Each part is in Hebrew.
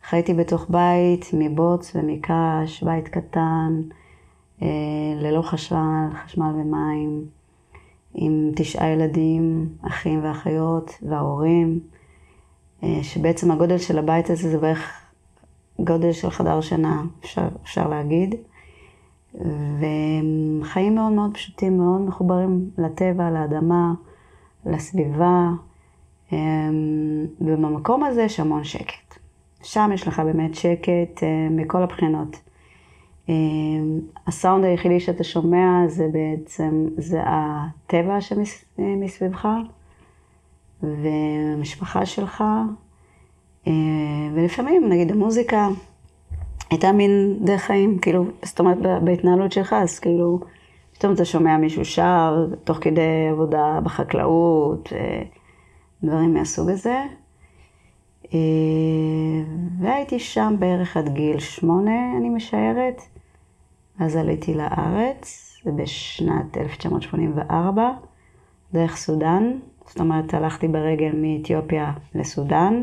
חייתי בתוך בית מבוץ ומקש, בית קטן, ללא חשמל ומים, עם 9 ילדים, אחים ואחיות וההורים, שבעצם הגודל של הבית הזה זה בערך גודל של חדר שינה, אפשר להגיד. וחיים מאוד מאוד פשוטים, מאוד מחוברים לטבע, לאדמה, לסביבה. ובמקום הזה יש המון שקט. שם יש לך באמת שקט מכל הבחינות. הסאונד היחידי שאתה שומע זה בעצם, זה הטבע שמסביבך, והמשפחה שלך, ולפעמים נגיד המוזיקה הייתה מין דרך חיים, כאילו, זאת אומרת בהתנהלות שלך, אז כאילו, פתאום אתה שומע מישהו שר, תוך כדי עבודה בחקלאות, דברים מהסוג הזה. והייתי שם בערך עד גיל 8, אני משערת. אז עליתי לארץ, זה בשנת 1984, דרך סודן. זאת אומרת, הלכתי ברגל מאתיופיה לסודן.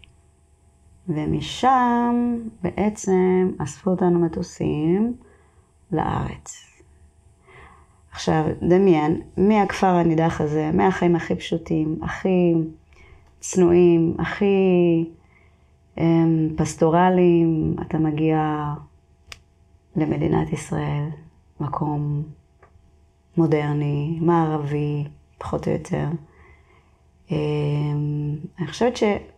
ומשם בעצם אספו אותנו מטוסים לארץ. עכשיו, דמיין, מהכפר הנידח הזה, מהחיים הכי פשוטים, הכי צנועים, הכי פסטורליים, אתה מגיע למדינת ישראל, מקום מודרני, מערבי, פחות או יותר. אני חושבת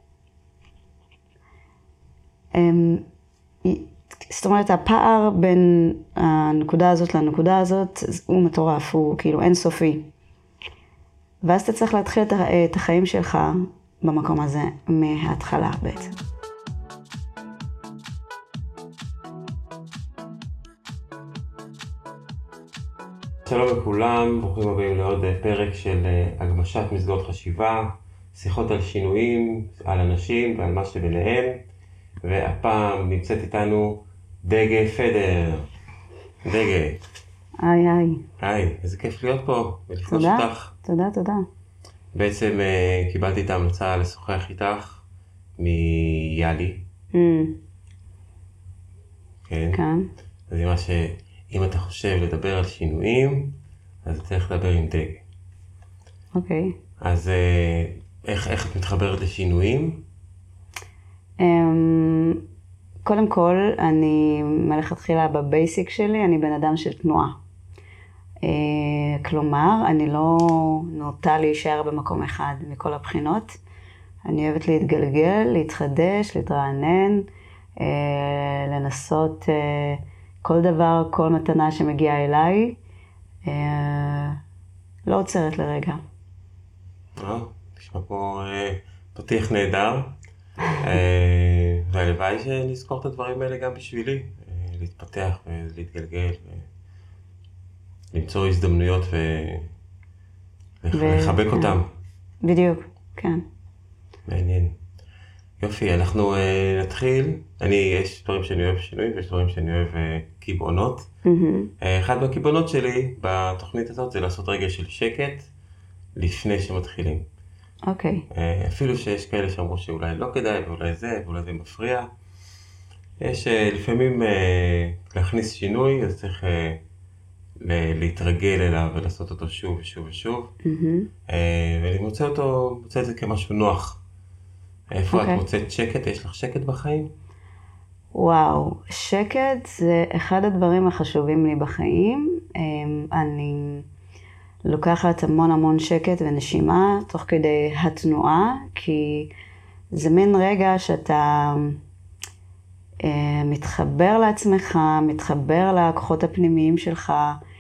זאת אומרת, הפער בין הנקודה הזאת לנקודה הזאת הוא מטורף, הוא כאילו אינסופי. ואז אתה צריך להתחיל את החיים שלך במקום הזה מההתחלה בעצם. שלום לכולם, ברוכים הבאים לעוד פרק של הגמשת מסגרות חשיבה, שיחות על שינויים, על אנשים ועל מה שביניהם. והפעם נמצאת איתנו דגה פדר. דגה. היי, איזה כיף להיות פה ולפגוש אותך. תודה. בעצם קיבלתי את ההמלצה לשוחח איתך מיאלי. כן. אז מה שאם אתה חושב לדבר על שינויים, אז אתה צריך לדבר עם דגה. אוקיי. אז איך את מתחברת לשינויים? קודם כל, אני מלכתחילה בבייסיק שלי, אני בן אדם של תנועה. כלומר, אני לא נוטה להישאר במקום אחד מכל הבחינות. אני אוהבת להתגלגל, להתחדש, להתרענן, לנסות כל דבר, כל מתנה שמגיעה אליי. לא עוצרת לרגע. נשמע פה פתיח נהדר. והלוואי שנזכור את הדברים האלה גם בשבילי, להתפתח ולהתגלגל, למצוא הזדמנויות ולחבק אותם. בדיוק, כן. מעניין. יופי, אנחנו נתחיל. יש דברים שאני אוהב שינויים ויש דברים שאני אוהב קיבעונות. אחד מהקיבעונות שלי בתוכנית הזאת זה לעשות רגע של שקט לפני שמתחילים. אוקיי. אפילו שיש כאלה שאמרו שאולי לא כדאי ואולי זה מפריע. יש לפעמים להכניס שינוי, אז צריך להתרגל אליו ולעשות אותו שוב ושוב ושוב. ואני מוצא את זה כמשהו נוח. איפה את מוצאת שקט? יש לך שקט בחיים? וואו, שקט זה אחד הדברים החשובים לי בחיים. אני לוקחת המון שקט ונשימה תוך כדי התנועה, כי זה מין רגע שאתה מתחבר לעצמך, מתחבר לכוחות הפנימיים שלך,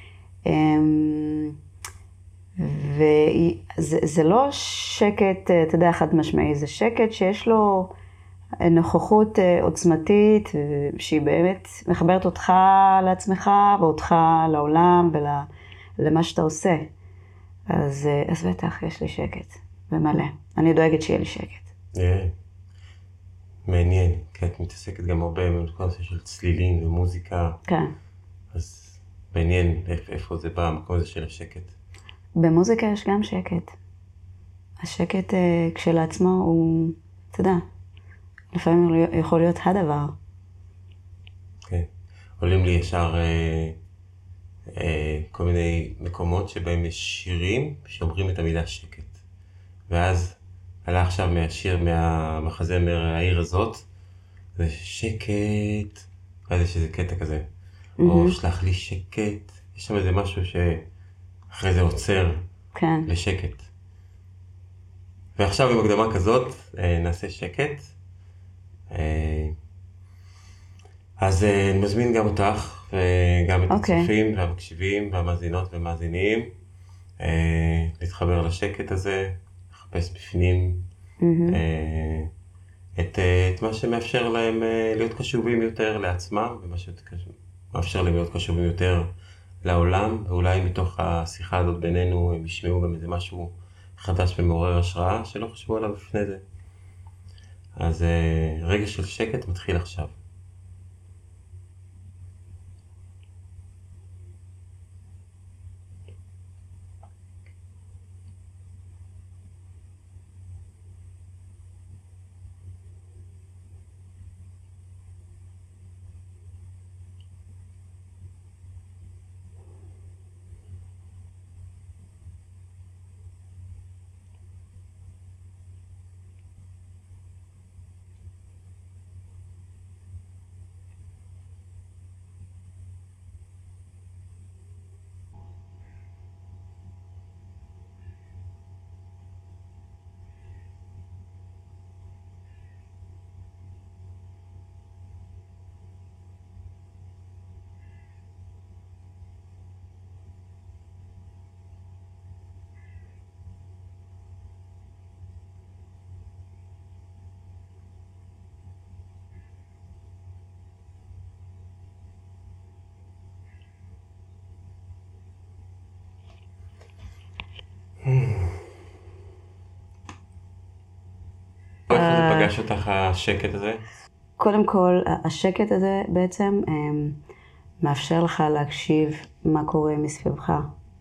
וזה לא שקט, אתה יודע, חד משמעי, זה שקט שיש לו נוכחות עוצמתית, שהיא באמת מחברת אותך לעצמך ואותך לעולם ולמה שאתה עושה. אז בטח יש לי שקט, ומלא. אני דואגת שיהיה לי שקט. מעניין, כי את מתעסקת גם הרבה בנושא של צלילים ומוזיקה. כן. אז מעניין איפה זה בא, המקום הזה של השקט. במוזיקה יש גם שקט. השקט כשלעצמו הוא, אתה יודע, לפעמים יכול להיות הדבר. כן. עולים לי ישר כל מיני מקומות שבהם יש שירים שאומרים את המילה שקט. ואז עלה עכשיו מהשיר, מהמחזמר העיר הזאת, זה שקט, ואז יש איזה קטע כזה. או שלח לי שקט, יש שם איזה משהו שאחרי זה עוצר כן. לשקט. ועכשיו עם הקדמה כזאת נעשה שקט. אז אני מזמין גם אותך וגם את הצופים והמקשיבים והמאזינות ומאזינים להתחבר לשקט הזה, לחפש בפנים את מה שמאפשר להם להיות קשובים יותר לעצמם, ומה שמאפשר להם להיות קשובים יותר לעולם, ואולי מתוך השיחה הזאת בינינו הם ישמעו גם איזה משהו חדש ומעורר השראה שלא חשבו עליו לפני זה. אז רגע של שקט מתחיל עכשיו. איפה זה פגש אותך השקט הזה? קודם כל, השקט הזה בעצם מאפשר לך להקשיב מה קורה מסביבך.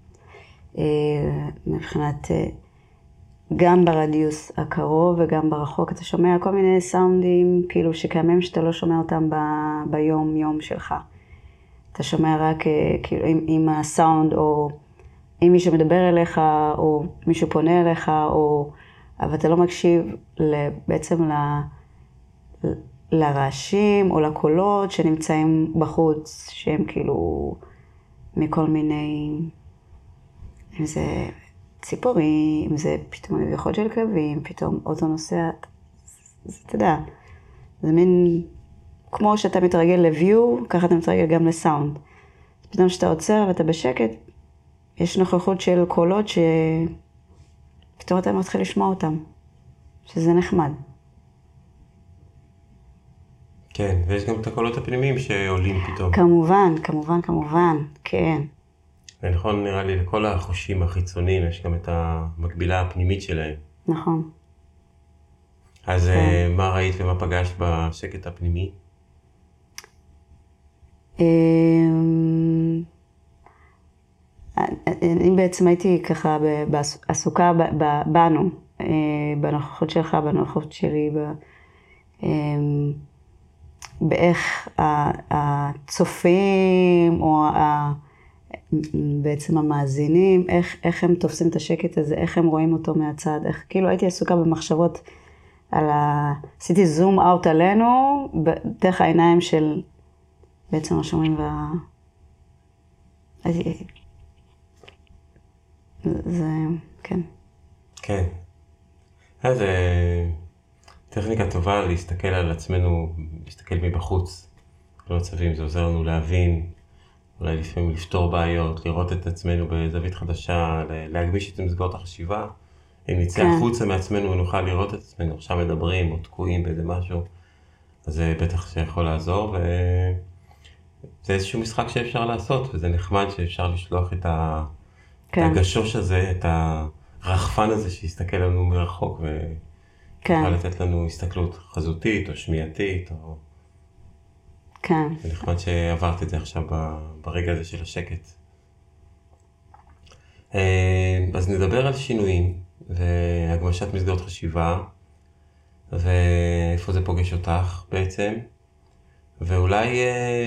מבחינת, גם ברדיוס הקרוב וגם ברחוק, אתה שומע כל מיני סאונדים כאילו שקיימים שאתה לא שומע אותם ביום יום שלך. אתה שומע רק כאילו עם הסאונד, או אם מישהו מדבר אליך, או מישהו פונה אליך, אבל אתה לא מקשיב בעצם לרעשים או לקולות שנמצאים בחוץ, שהם כאילו מכל מיני, אם זה ציפורים, אם זה פתאום נביחות של כלבים, פתאום אוטו נוסע, אתה יודע, זה מין, כמו שאתה מתרגל לוויו, ככה אתה מתרגל גם לסאונד. פתאום שאתה עוצר ואתה בשקט, יש נוכחות של קולות שפתאום אתה מתחיל לשמוע אותם, שזה נחמד. כן, ויש גם את הקולות הפנימיים שעולים פתאום. כמובן, כן. ונכון, נראה לי, לכל החושים החיצוניים יש גם את המקבילה הפנימית שלהם. נכון. אז מה ראית ומה פגשת בשקט הפנימי? אני בעצם הייתי ככה עסוקה בנו, בנוכחות שלך, בנוכחות שלי, באיך הצופים או בעצם המאזינים, איך הם תופסים את השקט הזה, איך הם רואים אותו מהצד, כאילו הייתי עסוקה במחשבות עשיתי זום אאוט עלינו, דרך העיניים של בעצם השומעים זה, כן. כן. אז טכניקה טובה להסתכל על עצמנו, להסתכל מבחוץ. במצבים, זה עוזר לנו להבין, אולי לפעמים לפתור בעיות, לראות את עצמנו בזווית חדשה, להגמיש את מסגרות החשיבה. אם נצא החוצה מעצמנו ונוכל לראות את עצמנו, עכשיו מדברים או תקועים באיזה משהו, אז זה בטח שיכול לעזור, וזה איזשהו משחק שאפשר לעשות, וזה נחמד שאפשר לשלוח את הגשוש הזה, את הרחפן הזה שיסתכל לנו מרחוק, ויוכל לתת לנו הסתכלות חזותית או שמיעתית, או... כן. זה נחמד שעברת את זה עכשיו ברגע הזה של השקט. אז נדבר על שינויים והגמשת מסגרות חשיבה, ואיפה זה פוגש אותך בעצם, ואולי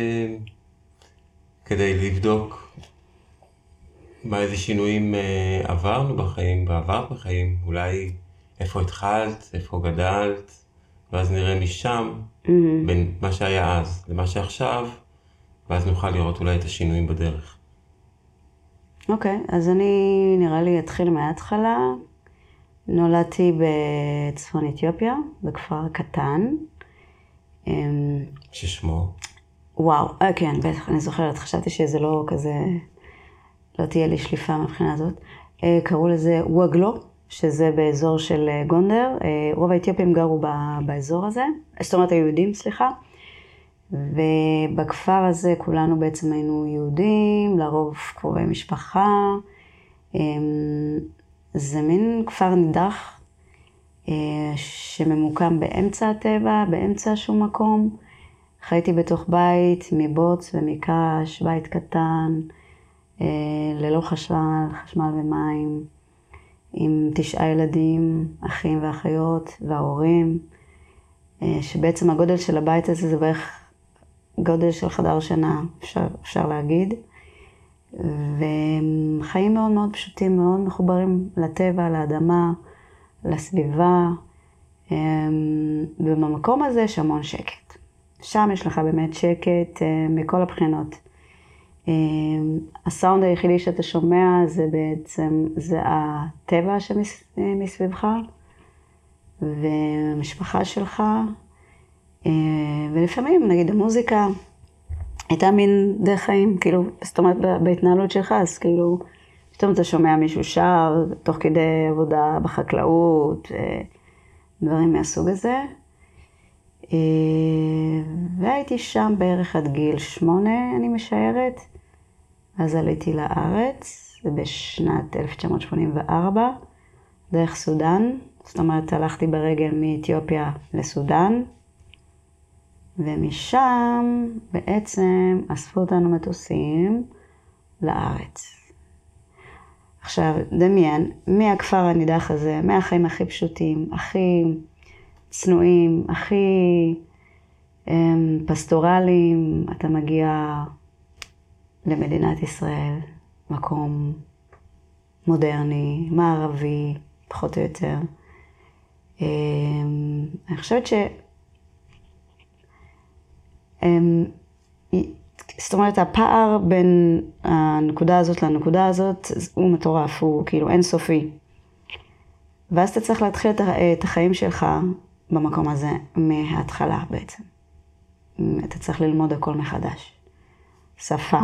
כדי לבדוק איזה שינויים עברנו בחיים, ועברת בחיים, אולי איפה התחלת, איפה גדלת, ואז נראה משם בין מה שהיה אז למה שעכשיו, ואז נוכל לראות אולי את השינויים בדרך. אוקיי, אז אני נראה לי אתחיל מההתחלה. נולדתי בצפון אתיופיה, בכפר קטן. ששמו? וואו, כן, בטח, אני זוכרת, חשבתי שזה לא כזה, לא תהיה לי שליפה מבחינה הזאת. קראו לזה ווגלו, שזה באזור של גונדר. רוב האתיופים גרו באזור הזה, זאת אומרת היהודים, סליחה. ובכפר הזה כולנו בעצם היינו יהודים, לרוב קרובי משפחה. זה מין כפר נידח שממוקם באמצע הטבע, באמצע שום מקום. חייתי בתוך בית מבוץ ומקש, בית קטן, ללא חשמל ומים, עם 9 ילדים, אחים ואחיות וההורים, שבעצם הגודל של הבית הזה זה בערך גודל של חדר שינה, אפשר להגיד. וחיים מאוד מאוד פשוטים, מאוד מחוברים לטבע, לאדמה, לסביבה. ובמקום הזה יש המון שקט. שם יש לך באמת שקט מכל הבחינות. הסאונד היחידי שאתה שומע זה בעצם, זה הטבע שמסביבך, והמשפחה שלך, ולפעמים נגיד המוזיקה הייתה מין דרך חיים, כאילו, זאת אומרת בהתנהלות שלך, אז כאילו, פתאום אתה שומע מישהו שר, תוך כדי עבודה בחקלאות, דברים מהסוג הזה. והייתי שם בערך עד גיל 8, אני משערת. אז עליתי לארץ, בשנת 1984, דרך סודן. זאת אומרת, הלכתי ברגל מאתיופיה לסודן. ומשם בעצם אספו אותנו מטוסים לארץ. עכשיו, דמיין, מהכפר הנידח הזה, מהחיים הכי פשוטים, הכי צנועים, הכי פסטורליים, אתה מגיע למדינת ישראל, מקום מודרני, מערבי, פחות או יותר. אני חושבת זאת אומרת, הפער בין הנקודה הזאת לנקודה הזאת הוא מטורף, הוא כאילו אינסופי. ואז אתה צריך להתחיל את החיים שלך במקום הזה מההתחלה בעצם. אתה צריך ללמוד הכל מחדש. שפה,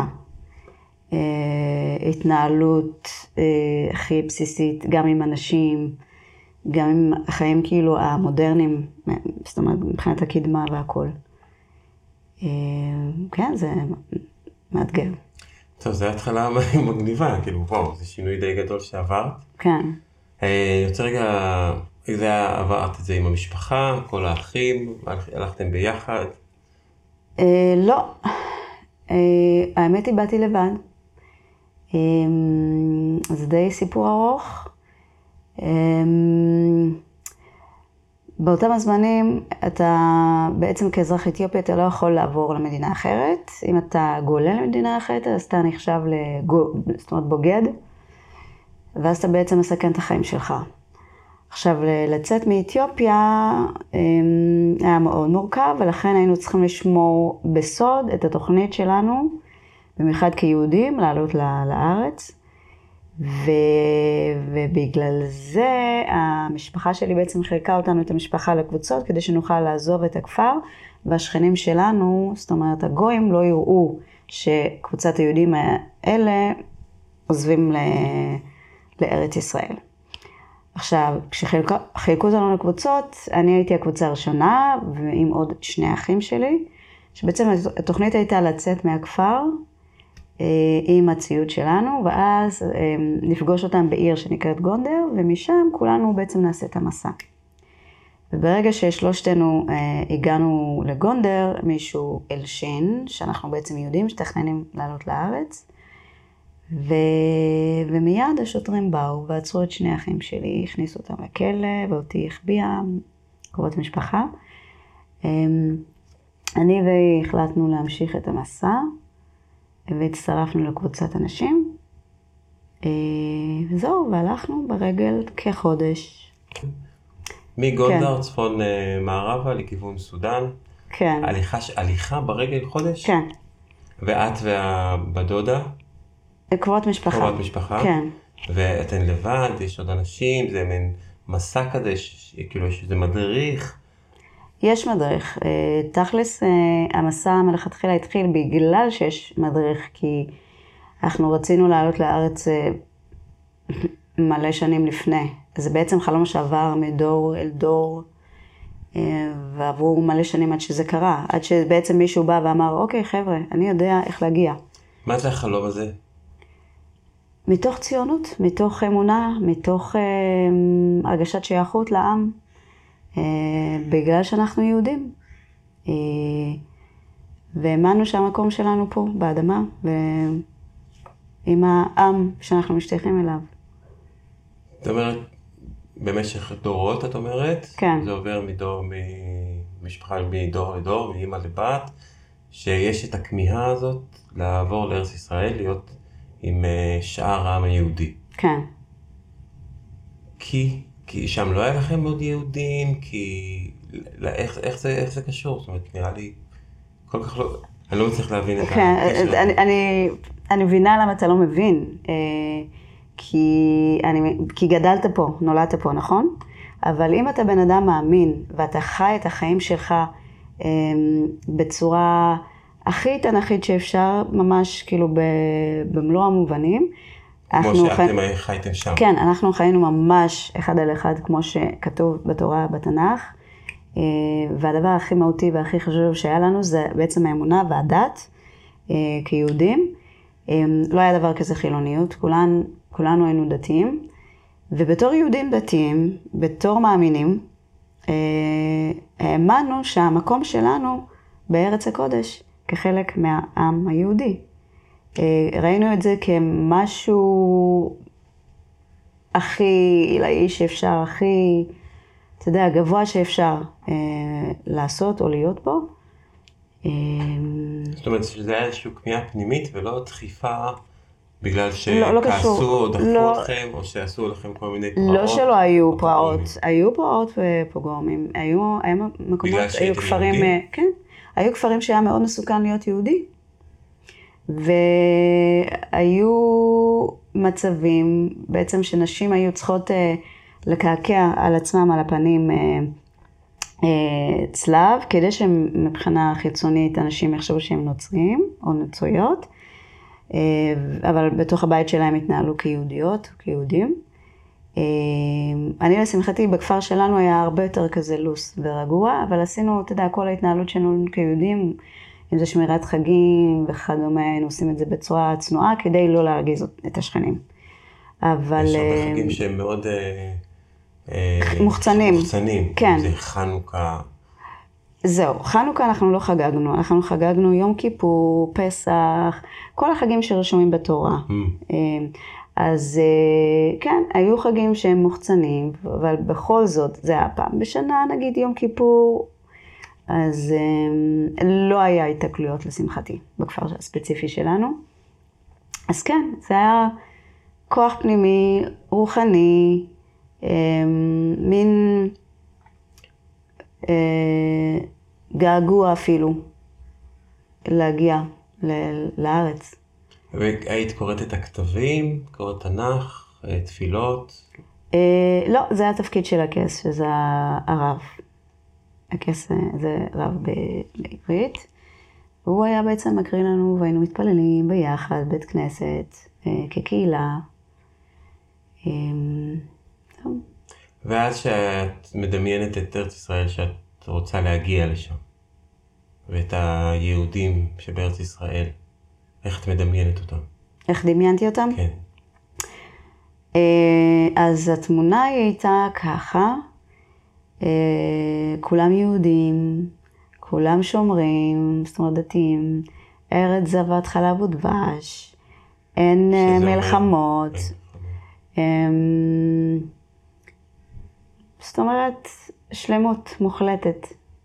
התנהלות הכי בסיסית, גם עם אנשים, גם עם החיים כאילו המודרניים, זאת אומרת, מבחינת הקדמה והכל. כן, זה מאתגר. טוב, זו התחלה מגניבה, כאילו, וואו, זה שינוי די גדול שעברת. כן. אני רוצה רגע, איך זה היה, עברת את זה עם המשפחה, כל האחים, הלכתם ביחד? לא. האמת היא, באתי לבד. זה די סיפור ארוך. באותם הזמנים, אתה בעצם כאזרח אתיופי, אתה לא יכול לעבור למדינה אחרת. אם אתה גולה למדינה אחרת, אז אתה נחשב זאת אומרת בוגד, ואז אתה בעצם מסכן את החיים שלך. עכשיו, לצאת מאתיופיה היה מאוד מורכב, ולכן היינו צריכים לשמור בסוד את התוכנית שלנו, במיוחד כיהודים, לעלות לארץ. ובגלל זה המשפחה שלי בעצם חילקה אותנו, את המשפחה לקבוצות, כדי שנוכל לעזוב את הכפר, והשכנים שלנו, זאת אומרת הגויים, לא יראו שקבוצת היהודים האלה עוזבים לארץ ישראל. עכשיו, כשחילקו אותנו לקבוצות, אני הייתי הקבוצה הראשונה, ועם עוד 2 אחים שלי, שבעצם התוכנית הייתה לצאת מהכפר, עם הציוד שלנו, ואז נפגוש אותם בעיר שנקראת גונדר, ומשם כולנו בעצם נעשה את המסע. וברגע ששלושתנו הגענו לגונדר, מישהו אלשין, שאנחנו בעצם יהודים שתכננים לעלות לארץ, ומיד השוטרים באו ועצרו את 2 אחים שלי, הכניסו אותם לכלא, ואותי החביאם, קרובות משפחה. אני והיא החלטנו להמשיך את המסע, והצטרפנו לקבוצת אנשים. וזהו, והלכנו ברגל כחודש. מגונדר, צפון מערבה, לכיוון סודן. כן. הליכה ברגל חודש? כן. ואת והבדודה? קרובות משפחה. קרובות משפחה? כן. ואתן לבד, יש עוד אנשים, זה מין מסע כזה, כאילו יש איזה מדריך. יש מדריך. תכלס, המסע מלכתחילה התחיל בגלל שיש מדריך, כי אנחנו רצינו לעלות לארץ מלא שנים לפני. זה בעצם חלום שעבר מדור אל דור, ועברו מלא שנים עד שזה קרה. עד שבעצם מישהו בא ואמר, אוקיי חבר'ה, אני יודע איך להגיע. מה זה החלום הזה? מתוך ציונות, מתוך אמונה, מתוך הרגשת שייכות לעם, בגלל שאנחנו יהודים. והאמנו שהמקום שלנו פה, באדמה, ועם העם שאנחנו משתייכים אליו. זאת אומרת, במשך דורות, את אומרת? כן. זה עובר משפחה מדור לדור, מאמא לבת, שיש את הכמיהה הזאת לעבור לארץ ישראל, להיות עם שאר העם היהודי. כן. כי שם לא היה לכם עוד יהודים, איך זה קשור? זאת אומרת, נראה לי כל כך לא, אני לא מצליח להבין את הקשר. אני מבינה למה אתה לא מבין, כי גדלת פה, נולדת פה, נכון? אבל אם אתה בן אדם מאמין, ואתה חי את החיים שלך בצורה הכי תנכית שאפשר, ממש כאילו במלוא המובנים. כמו שאתם חייתם שם. כן, אנחנו חיינו ממש אחד על אחד, כמו שכתוב בתורה, בתנ"ך. והדבר הכי מהותי והכי חשוב שהיה לנו, זה בעצם האמונה והדת כיהודים. לא היה דבר כזה חילוניות, כולנו היינו דתיים. ובתור יהודים דתיים, בתור מאמינים, האמנו שהמקום שלנו בארץ הקודש, כחלק מהעם היהודי. ראינו את זה כמשהו הכי עילאי שאפשר, הכי, אתה יודע, גבוה שאפשר לעשות או להיות בו. זאת אומרת, שזה היה איזושהי כמיהה פנימית ולא דחיפה בגלל לא שכעסו או דחפו לא, אתכם, או שעשו לכם כל מיני פרעות. לא שלא היו פרעות, היו פרעות ופוגרומים, היו מקומות, היו כפרים, כן, היו כפרים שהיה מאוד מסוכן להיות יהודי. והיו מצבים בעצם שנשים היו צריכות לקעקע על עצמם, על הפנים, צלב, כדי שמבחינה חיצונית אנשים יחשבו שהם נוצרים או נוצריות, אבל בתוך הבית שלהם התנהלו כיהודיות, כיהודים. אני לשמחתי בכפר שלנו היה הרבה יותר כזה לוס ורגוע, אבל עשינו, אתה יודע, כל ההתנהלות שלנו כיהודים, אם זה שמירת חגים וכדומה, היינו עושים את זה בצורה צנועה, כדי לא להרגיז את השכנים. אבל... יש הרבה חגים שהם מאוד... מוחצנים. מוחצנים. כן. זה חנוכה. זהו, חנוכה אנחנו לא חגגנו, אנחנו חגגנו יום כיפור, פסח, כל החגים שרשומים בתורה. אז כן, היו חגים שהם מוחצנים, אבל בכל זאת, זה היה פעם בשנה, נגיד יום כיפור, אז לא היה התקלויות לשמחתי בכפר הספציפי שלנו. אז כן, זה היה כוח פנימי, רוחני, מין געגוע אפילו להגיע לארץ. והיית קוראת את הכתבים, קוראת תנ"ך, תפילות? לא, זה היה התפקיד של הקס, שזה הרב. הקס זה רב בעברית. הוא היה בעצם מקריא לנו והיינו מתפללים ביחד, בית כנסת, כקהילה. ואז שאת מדמיינת את ארץ ישראל שאת רוצה להגיע לשם, ואת היהודים שבארץ ישראל, איך את מדמיינת אותם? איך דמיינתי אותם? כן. אז התמונה היא הייתה ככה, כולם יהודים, כולם שומרים, זאת אומרת דתיים, ארץ זבת חלב ודבש, אין מלחמות, זאת אומרת, שלמות מוחלטת.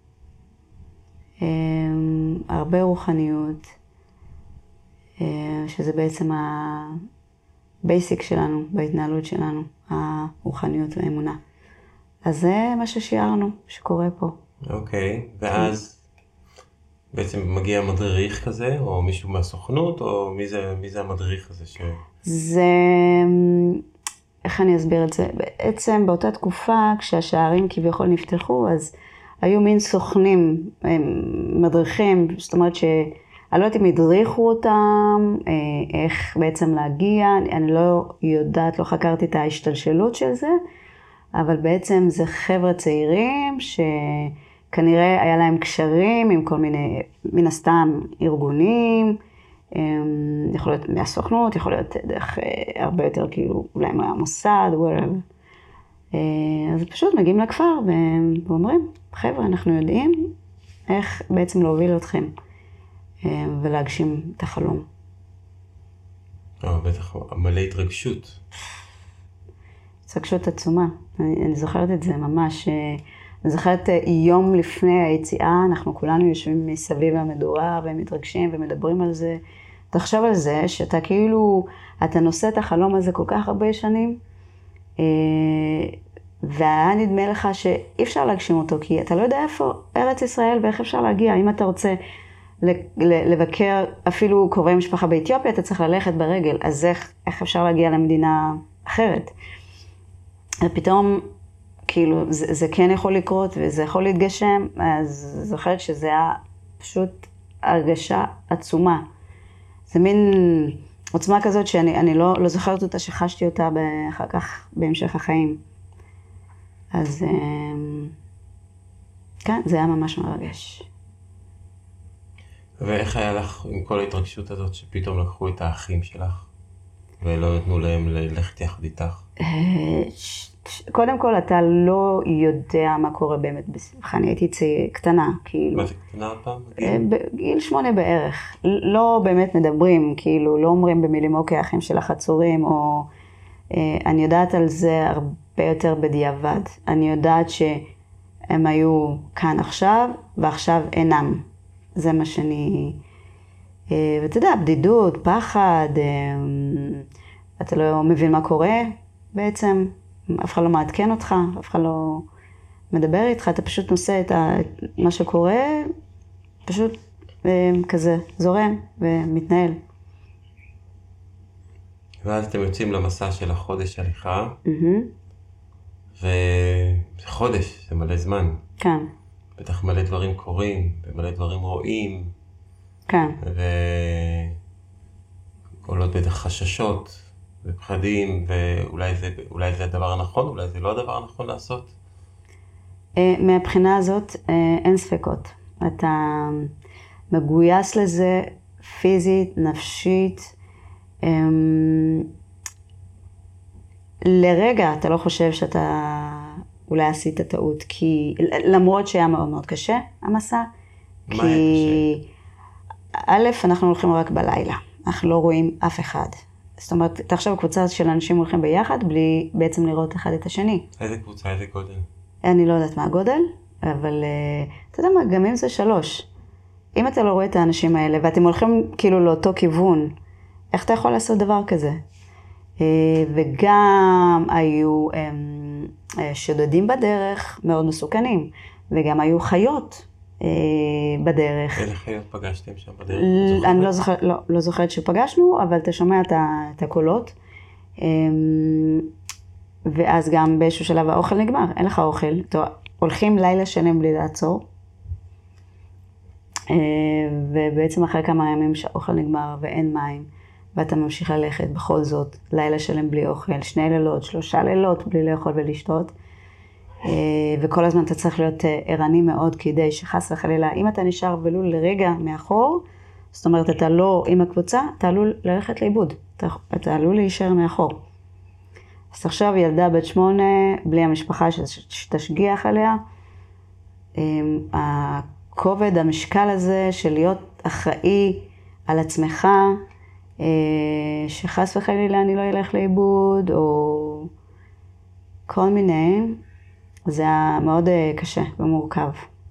הרבה רוחניות, שזה בעצם הבייסיק שלנו, בהתנהלות שלנו, הרוחניות והאמונה. אז זה מה ששיערנו, שקורה פה. אוקיי, ואז בעצם מגיע מדריך כזה, או מישהו מהסוכנות, או מי זה המדריך הזה זה, איך אני אסביר את זה? בעצם באותה תקופה, כשהשערים כביכול נפתחו, אז היו מין סוכנים, מדריכים, זאת אומרת שאני לא יודעת אם הדריכו אותם, איך בעצם להגיע, אני לא יודעת, לא חקרתי את ההשתלשלות של זה, אבל בעצם זה חבר'ה צעירים שכנראה היה להם קשרים עם כל מיני, מן הסתם ארגונים, יכול להיות מהסוכנות, יכול להיות דרך הרבה יותר כאילו, אולי מהמוסד, whatever. אז פשוט מגיעים לכפר ואומרים, חבר'ה, אנחנו יודעים איך בעצם להוביל אתכם ולהגשים את החלום. בטח, מלא התרגשות. התרגשות עצומה. אני זוכרת את זה ממש. אני זוכרת יום לפני היציאה, אנחנו כולנו יושבים מסביב המדורה ומתרגשים ומדברים על זה. תחשוב על זה שאתה כאילו, אתה נושא את החלום הזה כל כך הרבה שנים, והיה נדמה לך שאי אפשר להגשים אותו, כי אתה לא יודע איפה ארץ ישראל ואיך אפשר להגיע. אם אתה רוצה לבקר אפילו קרובי משפחה באתיופיה, אתה צריך ללכת ברגל, אז איך אפשר להגיע למדינה אחרת? ופתאום, כאילו, זה כן יכול לקרות וזה יכול להתגשם, אז זוכרת שזה היה פשוט הרגשה עצומה. זה מין עוצמה כזאת שאני לא זוכרת אותה, שחשתי אותה אחר כך בהמשך החיים. אז כן, זה היה ממש מרגש. ואיך היה לך עם כל ההתרגשות הזאת שפתאום לקחו את האחים שלך ולא נתנו להם ללכת יחד איתך? קודם כל, אתה לא יודע מה קורה באמת בסביבך. אני הייתי קטנה, כאילו. מה זה קטנה פעם? בגיל 8 בערך. לא באמת מדברים, כאילו, לא אומרים במילים, אוקיי, האחים שלך עצורים, או אני יודעת על זה הרבה יותר בדיעבד. אני יודעת שהם היו כאן עכשיו, ועכשיו אינם. זה מה שאני... ואתה יודע, בדידות, פחד, אתה לא מבין מה קורה בעצם, אף אחד לא מעדכן אותך, אף אחד לא מדבר איתך, אתה פשוט נושא את מה שקורה, פשוט כזה זורם ומתנהל. ואז אתם יוצאים למסע של החודש הליכה, וזה חודש, זה מלא זמן. כן. בטח מלא דברים קורים, ומלא דברים רואים. כן. ועולות בטח חששות ופחדים, ואולי זה הדבר הנכון, אולי זה לא הדבר הנכון לעשות. מהבחינה הזאת אין ספקות. אתה מגויס לזה פיזית, נפשית. לרגע אתה לא חושב שאתה אולי עשית טעות, כי למרות שהיה מאוד מאוד קשה המסע. מה היה קשה? א', אנחנו הולכים רק בלילה, אנחנו לא רואים אף אחד. זאת אומרת, תחשוב, קבוצה של אנשים הולכים ביחד, בלי בעצם לראות אחד את השני. איזה קבוצה, איזה גודל? אני לא יודעת מה הגודל, אבל אתה יודע מה, גם אם זה 3. אם אתה לא רואה את האנשים האלה, ואתם הולכים כאילו לאותו כיוון, איך אתה יכול לעשות דבר כזה? וגם היו שודדים בדרך, מאוד מסוכנים, וגם היו חיות בדרך. איזה חיות פגשתם שם בדרך? אני לא זוכרת שפגשנו, אבל אתה שומע את הקולות. ואז גם באיזשהו שלב האוכל נגמר, אין לך אוכל. הולכים לילה שלם בלי לעצור. ובעצם אחרי כמה ימים שהאוכל נגמר ואין מים, ואתה ממשיך ללכת בכל זאת, לילה שלם בלי אוכל, 2 לילות, 3 לילות בלי לאכול ולשתות. וכל הזמן אתה צריך להיות ערני מאוד כדי שחס וחלילה, אם אתה נשאר ולו לרגע מאחור, זאת אומרת, אתה לא עם הקבוצה, אתה עלול ללכת לאיבוד, אתה עלול להישאר מאחור. אז עכשיו ילדה בת 8, בלי המשפחה שתשגיח עליה, הכובד, המשקל הזה של להיות אחראי על עצמך, שחס וחלילה אני לא אלך לאיבוד, או כל מיני, זה היה מאוד קשה ומורכב.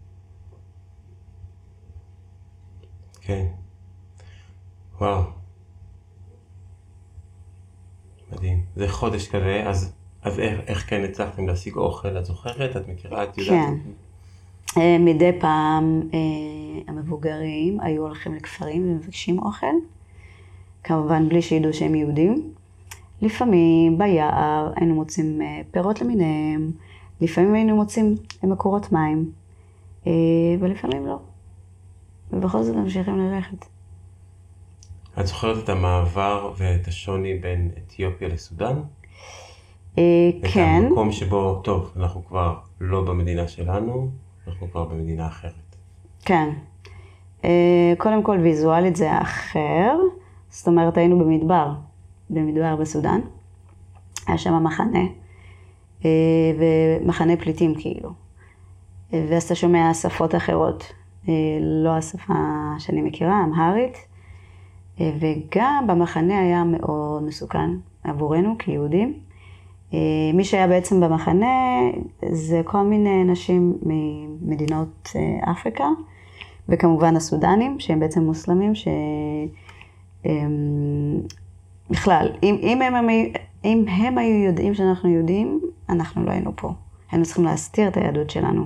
כן. וואו. מדהים. זה חודש כזה, אז איך כן הצלחתם להשיג אוכל? את זוכרת? את מכירה? את יודעת? כן. מדי פעם המבוגרים היו הולכים לכפרים ומבקשים אוכל, כמובן בלי שידעו שהם יהודים. לפעמים ביער היינו מוצאים פירות למיניהם, לפעמים היינו מוצאים מקורות מים, ולפעמים לא. ובכל זאת ממשיכים ללכת. את זוכרת את המעבר ואת השוני בין אתיופיה לסודאן? כן. את המקום שבו, טוב, אנחנו כבר לא במדינה שלנו, אנחנו כבר במדינה אחרת. כן. קודם כל ויזואלית זה אחר, זאת אומרת היינו במדבר בסודאן. היה שם מחנה, ומחנה פליטים כאילו. ואז אתה שומע שפות אחרות, לא השפה שאני מכירה, אמהרית. וגם במחנה היה מאוד מסוכן עבורנו כיהודים. מי שהיה בעצם במחנה זה כל מיני נשים ממדינות אפריקה, וכמובן הסודנים, שהם בעצם מוסלמים, בכלל, אם הם היו יודעים שאנחנו יהודים, אנחנו לא היינו פה. היינו צריכים להסתיר את היהדות שלנו.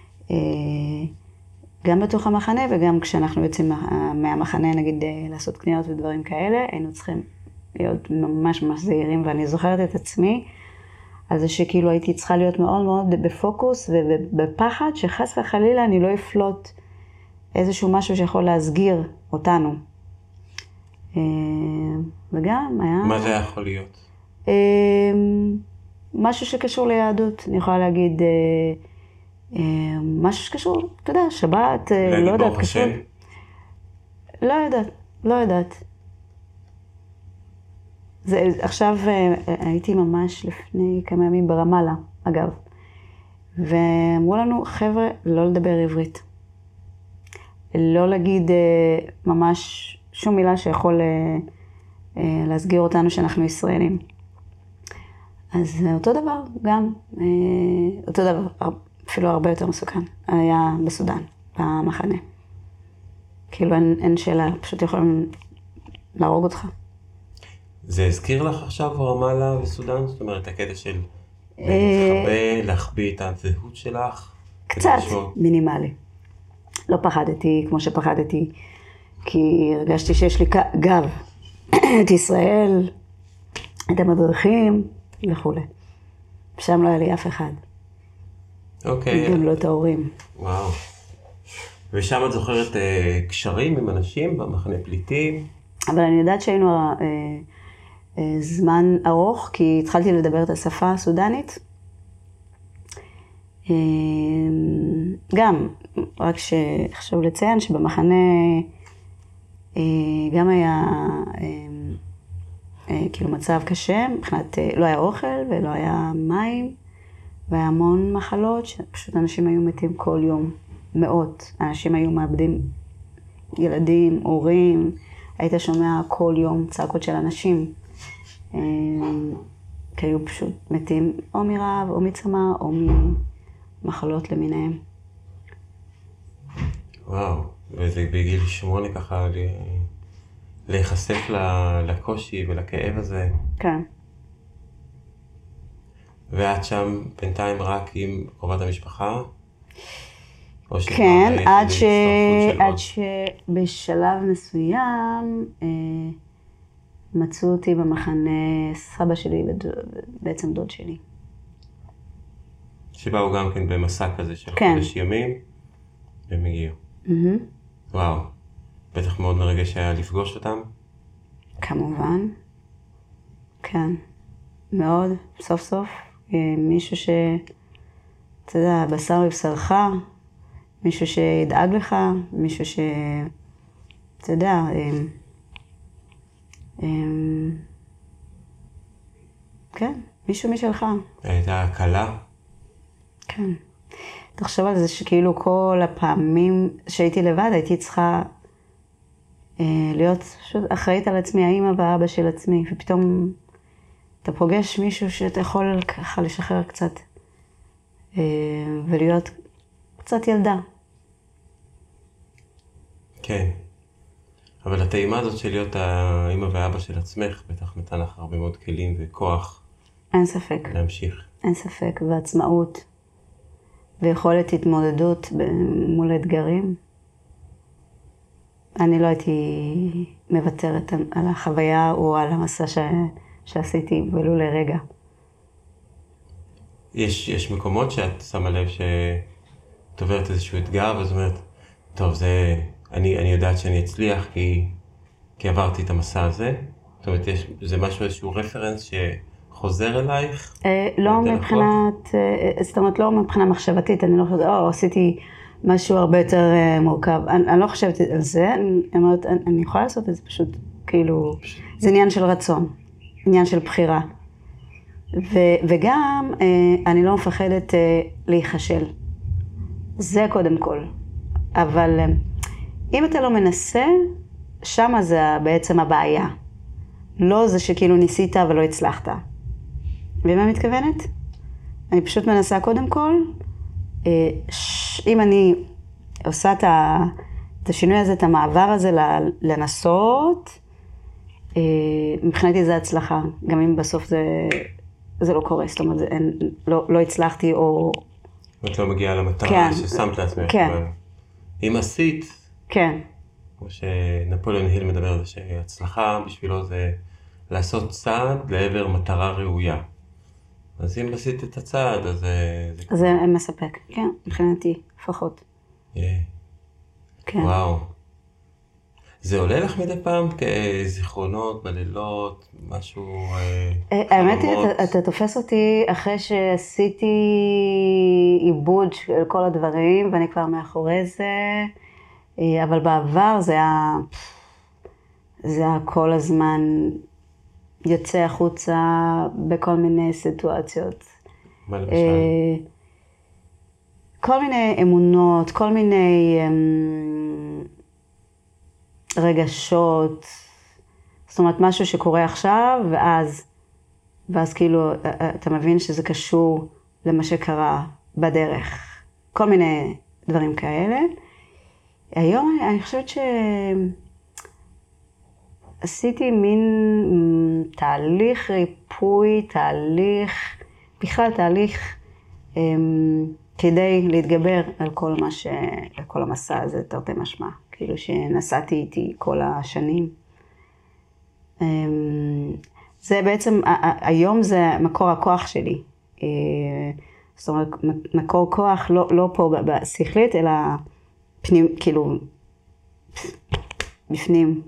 גם בתוך המחנה וגם כשאנחנו יוצאים מהמחנה, נגיד לעשות קניות ודברים כאלה, היינו צריכים להיות ממש ממש זהירים, ואני זוכרת את עצמי, על זה שכאילו הייתי צריכה להיות מאוד מאוד בפוקוס ובפחד, שחס וחלילה אני לא אפלוט איזשהו משהו שיכול להסגיר אותנו. וגם היה... מה זה יכול להיות? משהו שקשור ליהדות, אני יכולה להגיד... משהו שקשור, אתה יודע, שבת, לא יודעת, קשור. לא יודעת. עכשיו הייתי ממש לפני כמה ימים ברמאללה, אגב. ואמרו לנו, חבר'ה, לא לדבר עברית. לא להגיד ממש שום מילה שיכול להסגיר אותנו שאנחנו ישראלים. אז אותו דבר, גם, אותו דבר. אפילו הרבה יותר מסוכן, היה בסודן, במחנה. כאילו אין שאלה, פשוט יכולים להרוג אותך. זה הזכיר לך עכשיו רמאללה וסודן? זאת אומרת, הקטע של להתחבא, להחביא את הזהות שלך? קצת מינימלי. לא פחדתי כמו שפחדתי, כי הרגשתי שיש לי גב. את ישראל, את המדריכים וכו'. שם לא היה לי אף אחד. אוקיי. גם לא את ההורים. וואו. ושם את זוכרת קשרים עם אנשים במחנה פליטים? אבל אני יודעת שהיינו זמן ארוך, כי התחלתי לדבר את השפה הסודנית. גם, רק שחשוב לציין שבמחנה גם היה כאילו מצב קשה, מבחינת לא היה אוכל ולא היה מים. והיה המון מחלות שפשוט אנשים היו מתים כל יום, מאות. אנשים היו מאבדים ילדים, הורים, היית שומע כל יום צעקות של אנשים. כי היו פשוט מתים או מרעב, או מצמא, או ממחלות למיניהם. וואו, וזה בגיל 8 ככה להיחשף לקושי ולכאב הזה. כן. ואת שם בינתיים רק עם קרובת המשפחה? כן, עד שבשלב מסוים מצאו אותי במחנה סבא שלי ובעצם דוד שלי. שבאו גם כן במסע כזה של חודש ימים, והם הגיעו. וואו, בטח מאוד מרגש היה לפגוש אותם. כמובן, כן, מאוד, סוף סוף. מישהו אתה יודע, בשר מבשרך, מישהו שידאג לך, מישהו אתה יודע, כן, מישהו משלך. הייתה קלה? כן. תחשוב על זה שכאילו כל הפעמים שהייתי לבד, הייתי צריכה להיות פשוט אחראית על עצמי, האמא והאבא של עצמי, ופתאום אתה פוגש מישהו שאתה יכול ככה לשחרר קצת ולהיות קצת ילדה. כן. אבל הטעימה הזאת של להיות האמא והאבא של עצמך, בטח נתן לך הרבה מאוד כלים וכוח אין ספק. להמשיך. אין ספק, ועצמאות, ויכולת התמודדות מול אתגרים. אני לא הייתי מוותרת על החוויה או על המסע שעשיתי, ולו לרגע. יש מקומות שאת שמה לב שאת עוברת איזשהו אתגר, ואת אומרת, טוב, אני יודעת שאני אצליח כי עברתי את המסע הזה. זאת אומרת, זה משהו, איזשהו רפרנס שחוזר אלייך? לא מבחינת, זאת אומרת, לא מבחינה מחשבתית, אני לא חושבת, עשיתי משהו הרבה יותר מורכב. אני לא חושבת על זה, אני אומרת, אני יכולה לעשות את זה פשוט, כאילו, זה עניין של רצון, עניין של בחירה. וגם, אני לא מפחדת להיחשל. זה קודם כל. אבל אם אתה לא מנסה, שמה זה בעצם הבעיה. לא זה שכאילו ניסית ולא הצלחת. ומה מתכוונת? אני פשוט מנסה קודם כל, אם אני עושה את השינוי הזה, את המעבר הזה לנסות, מבחינתי זה הצלחה. גם אם בסוף זה לא קורה, זאת אומרת, לא הצלחתי או... את לא מגיעה למטרה כן, ששמת לעצמך. כן. אם עשית, כן. כמו שנפוליאון היל מדבר על זה, שהצלחה בשבילו זה לעשות צעד לעבר מטרה ראויה. אז אם עשית את הצעד, אז זה מספק, כן, מבחינתי, לפחות. כן. וואו. זה עולה לך מדי פעם כזיכרונות, בלילות, משהו... האמת היא, אתה תופס אותי אחרי שעשיתי עיבוד של כל הדברים, ואני כבר מאחורי זה, אבל בעבר זה היה כל הזמן יוצא החוצה בכל מיני סיטואציות. מה למשל? כל מיני אמונות, כל מיני רגשות, זאת אומרת משהו שקורה עכשיו, ואז כאילו אתה מבין שזה קשור למה שקרה בדרך. כל מיני דברים כאלה. היום אני חושבת שעשיתי מין תהליך ריפוי, בכלל תהליך כדי להתגבר על כל המסע הזה, תרתי משמע, כאילו שנסעתי איתי כל השנים. זה בעצם, היום זה מקור הכוח שלי. זאת אומרת, מקור כוח לא פה בשכלית, אלא פנים, כאילו, בפנים,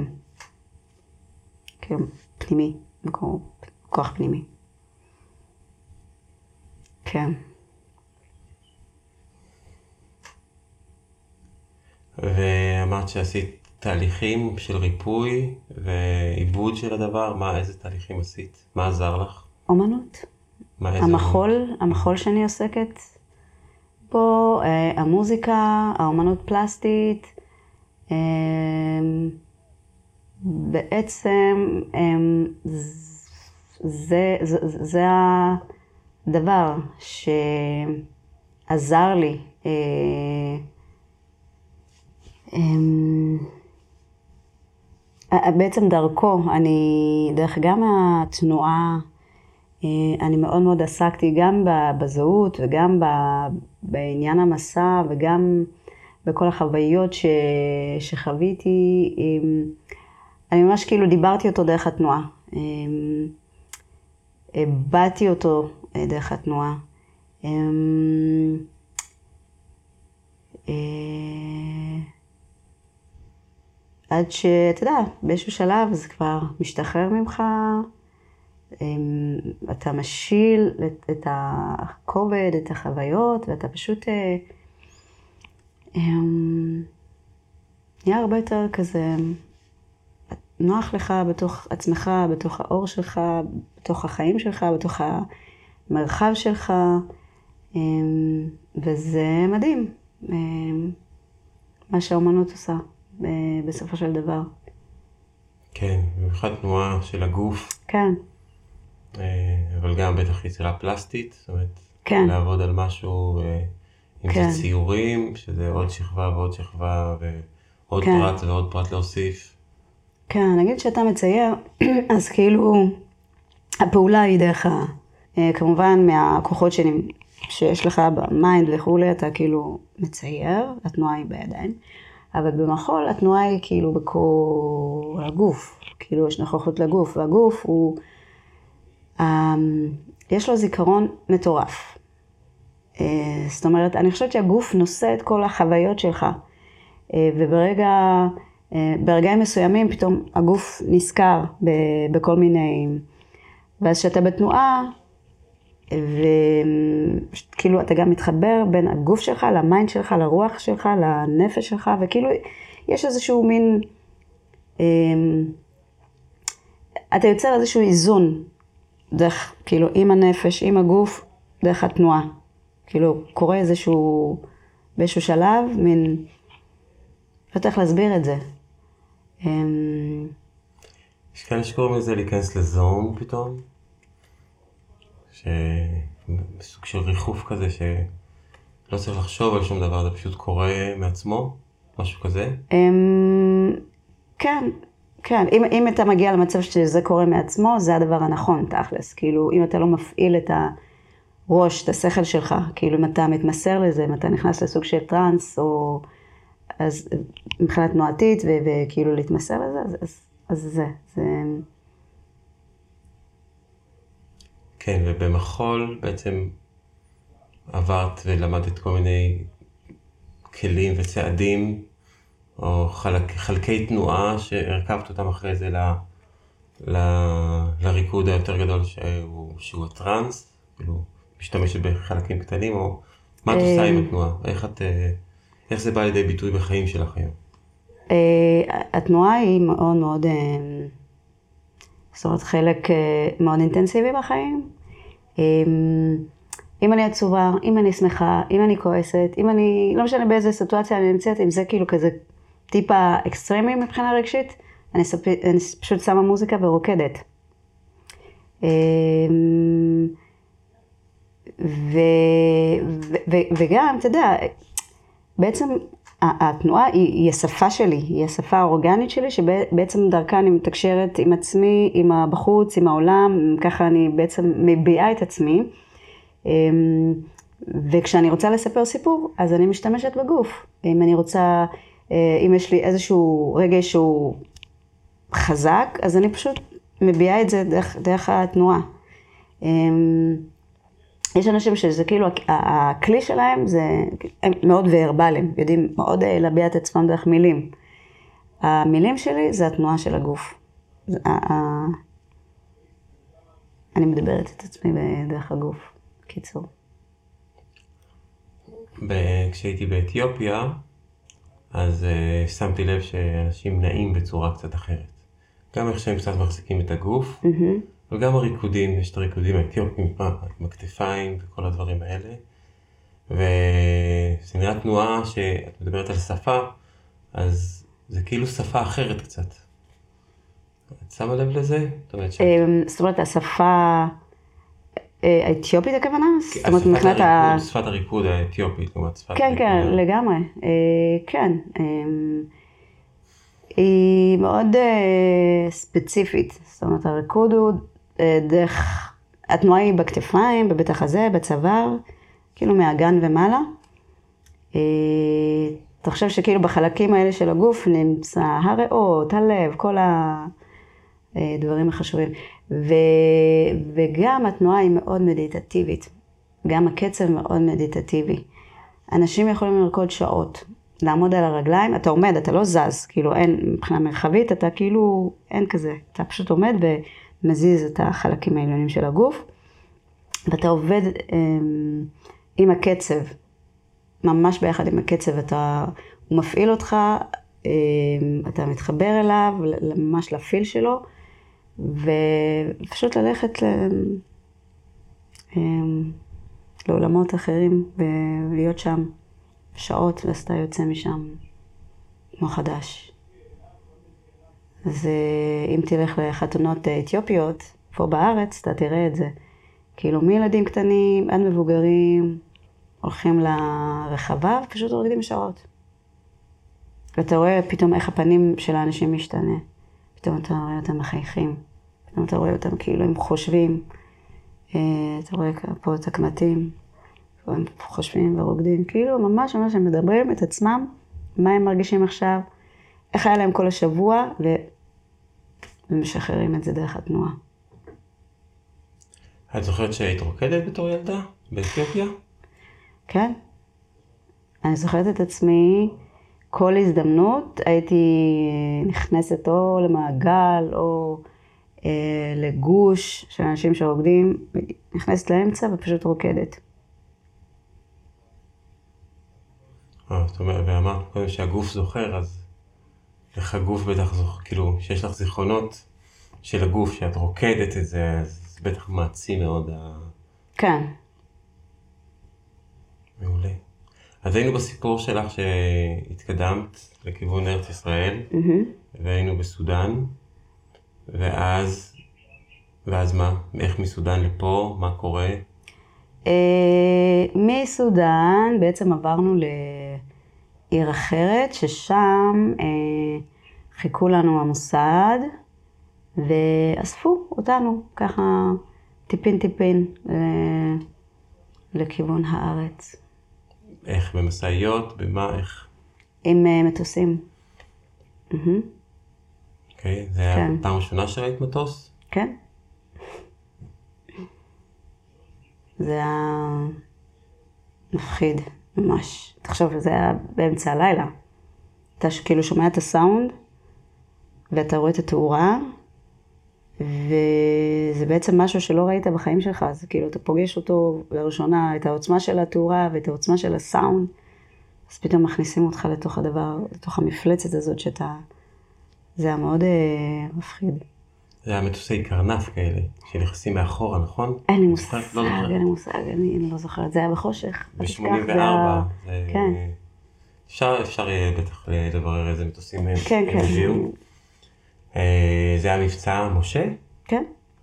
כאילו, פנימי, מקור כוח פנימי. כן. ואמרת שעשית תהליכים של ריפוי ועיבוד של הדבר, איזה תהליכים עשית? מה עזר לך? אומנות. המחול שאני עוסקת בו, המוזיקה, האומנות פלסטית, בעצם זה הדבר שעזר לי בעצם דרכו, דרך גם התנועה, אני מאוד מאוד עסקתי גם בזהות וגם בעניין המסע וגם בכל החוויות שחוויתי. אני ממש כאילו דיברתי אותו דרך התנועה, באתי אותו דרך התנועה. עד שאתה יודע, באיזשהו שלב זה כבר משתחרר ממך, אתה משיל את הכובד, את החוויות, ואתה פשוט נהיה הרבה יותר כזה נוח לך בתוך עצמך, בתוך האור שלך, בתוך החיים שלך, בתוך המרחב שלך, וזה מדהים, מה שהאומנות עושה בסופו של דבר. כן, במיוחד תנועה של הגוף. כן. אבל גם בטח יצירה פלסטית, זאת אומרת, כן. לעבוד על משהו, אם כן. זה ציורים, שזה עוד שכבה ועוד שכבה, ועוד כן. פרט ועוד פרט להוסיף. כן, נגיד שאתה מצייר, אז כאילו הפעולה היא דרך כמובן מהכוחות שיש לך במיינד וכולי, אתה כאילו מצייר, התנועה היא בידיים, אבל במחול התנועה היא כאילו בכל הגוף, כאילו יש נוכחות לגוף, והגוף הוא, יש לו זיכרון מטורף. זאת אומרת, אני חושבת שהגוף נושא את כל החוויות שלך, וברגעים מסוימים פתאום הגוף נזכר בכל מיני, ואז שאתה בתנועה, וכאילו אתה גם מתחבר בין הגוף שלך למיינד שלך, לרוח שלך, לנפש שלך, וכאילו יש איזשהו מין, אתה יוצר איזשהו איזון, דרך, כאילו עם הנפש, עם הגוף, דרך התנועה. כאילו קורה באיזשהו שלב, מין, לא יודעת איך להסביר את זה. יש כאלה שקוראים לזה להיכנס לזון פתאום, בסוג של ריחוף כזה שלא צריך לחשוב על שום דבר, זה פשוט קורה מעצמו, משהו כזה. כן, כן. אם אתה מגיע למצב שזה קורה מעצמו, זה הדבר הנכון, תכלס. כאילו, אם אתה לא מפעיל את הראש, את השכל שלך, כאילו אם אתה מתמסר לזה, אם אתה נכנס לסוג של טרנס, או אז מבחינה תנועתית, וכאילו להתמסר לזה, אז זה. כן, ובמחול בעצם עברת ולמדת כל מיני כלים וצעדים, או חלקי תנועה שהרכבת אותם אחרי זה לריקוד היותר גדול שהוא הטרנס, כאילו משתמשת בחלקים קטנים, או מה את עושה עם התנועה? איך זה בא לידי ביטוי בחיים שלך היום? התנועה היא מאוד מאוד, זאת אומרת חלק מאוד אינטנסיבי בחיים. אם אני עצובה, אם אני שמחה, אם אני כועסת, אם אני, לא משנה באיזה סיטואציה אני נמצאת, אם זה כאילו כזה טיפה אקסטרימי מבחינה רגשית, אני פשוט שמה מוזיקה ורוקדת. וגם, אתה יודע, בעצם התנועה היא השפה שלי, היא השפה האורגנית שלי, שבעצם דרכה אני מתקשרת עם עצמי, עם הבחוץ, עם העולם, ככה אני בעצם מביעה את עצמי. וכשאני רוצה לספר סיפור, אז אני משתמשת בגוף. אם אני רוצה, אם יש לי איזשהו רגש שהוא חזק, אז אני פשוט מביעה את זה דרך התנועה. יש אנשים שזה כאילו, הכלי שלהם זה, הם מאוד ורבליים, יודעים מאוד להביע את עצמם דרך מילים. המילים שלי זה התנועה של הגוף. אני מדברת את עצמי בדרך הגוף, קיצור. כשהייתי באתיופיה, אז שמתי לב שאנשים נעים בצורה קצת אחרת. גם איך שהם קצת מחזיקים את הגוף, וגם הריקודים, יש את הריקודים האתיופיים עם הכתפיים וכל הדברים האלה. וזה נראה תנועה שאת מדברת על שפה, אז זה כאילו שפה אחרת קצת. את שמה לב לזה? זאת אומרת, השפה האתיופית הכוונה? זאת אומרת, מבחינת שפת הריקוד האתיופית, לעומת שפת כן, כן, לגמרי. כן. היא מאוד ספציפית. זאת אומרת, הריקוד הוא דרך, התנועה היא בכתפיים, בבית החזה, בצוואר, כאילו מהגן ומעלה. אתה חושב שכאילו בחלקים האלה של הגוף נמצא הריאות, הלב, כל הדברים החשובים. וגם התנועה היא מאוד מדיטטיבית. גם הקצב מאוד מדיטטיבי. אנשים יכולים לרקוד שעות, לעמוד על הרגליים, אתה עומד, אתה לא זז, כאילו אין, מבחינה מרחבית, אתה כאילו, אין כזה, אתה פשוט עומד ומזיז את החלקים העליונים של הגוף, ואתה עובד עם הקצב, ממש ביחד עם הקצב, הוא מפעיל אותך, אתה מתחבר אליו, ממש לפיל שלו, ופשוט ללכת לעולמות אחרים ולהיות שם שעות, ואז אתה יוצא משם כמו חדש. אז אם תלך לחתונות אתיופיות, פה בארץ, אתה תראה את זה. כאילו מילדים קטנים עד מבוגרים, הולכים לרחבה ופשוט הורידים שעות. ואתה רואה פתאום איך הפנים של האנשים משתנה. פתאום אתה רואה אותם מחייכים. פתאום אתה רואה אותם כאילו הם חושבים. אתה רואה פה את הקמטים. הם חושבים ורוקדים. כאילו ממש ממש הם מדברים את עצמם, מה הם מרגישים עכשיו, איך היה להם כל השבוע, ומשחררים את זה דרך התנועה. את זוכרת שהיית רוקדת בתור ילדה באתיופיה? כן. אני זוכרת את עצמי, כל הזדמנות הייתי נכנסת או למעגל או לגוש של אנשים שרוקדים, נכנסת לאמצע ופשוט רוקדת. זאת אומרת, ואמרת קודם שהגוף זוכר, אז איך הגוף בטח זוכר, כאילו, שיש לך זיכרונות של הגוף, שאת רוקדת את זה, אז זה בטח מעצים מאוד. כן. מעולה. אז היינו בסיפור שלך שהתקדמת לכיוון ארץ ישראל, והיינו בסודן, ואז מה? איך מסודן לפה? מה קורה? מסודן בעצם עברנו לעיר אחרת, ששם חיכו לנו המוסד, ואספו אותנו ככה טיפין לכיוון הארץ. איך? במסעיות? במה? איך? עם מטוסים. אוקיי, זה היה פעם ראשונה שראית מטוס? כן. זה היה מפחיד, ממש. תחשוב, זה היה באמצע הלילה. אתה כאילו שומע את הסאונד, ואתה רואה את התאורה, וזה בעצם משהו שלא ראית בחיים שלך. אז כאילו, אתה פוגש אותו לראשונה, את העוצמה של התאורה ואת העוצמה של הסאונד, אז פתאום מכניסים אותך לתוך הדבר, לתוך המפלצת הזאת שאתה... זה היה מאוד מפחיד. זה היה מטוסי קרנף כאלה, שנכנסים מאחורה, נכון? אין לי מושג, אני לא זוכרת. זה היה בחושך. ב-84. כן. אפשר יהיה בטח לברר איזה מטוסים הם כן. הביאו. זה היה מבצע משה? כן.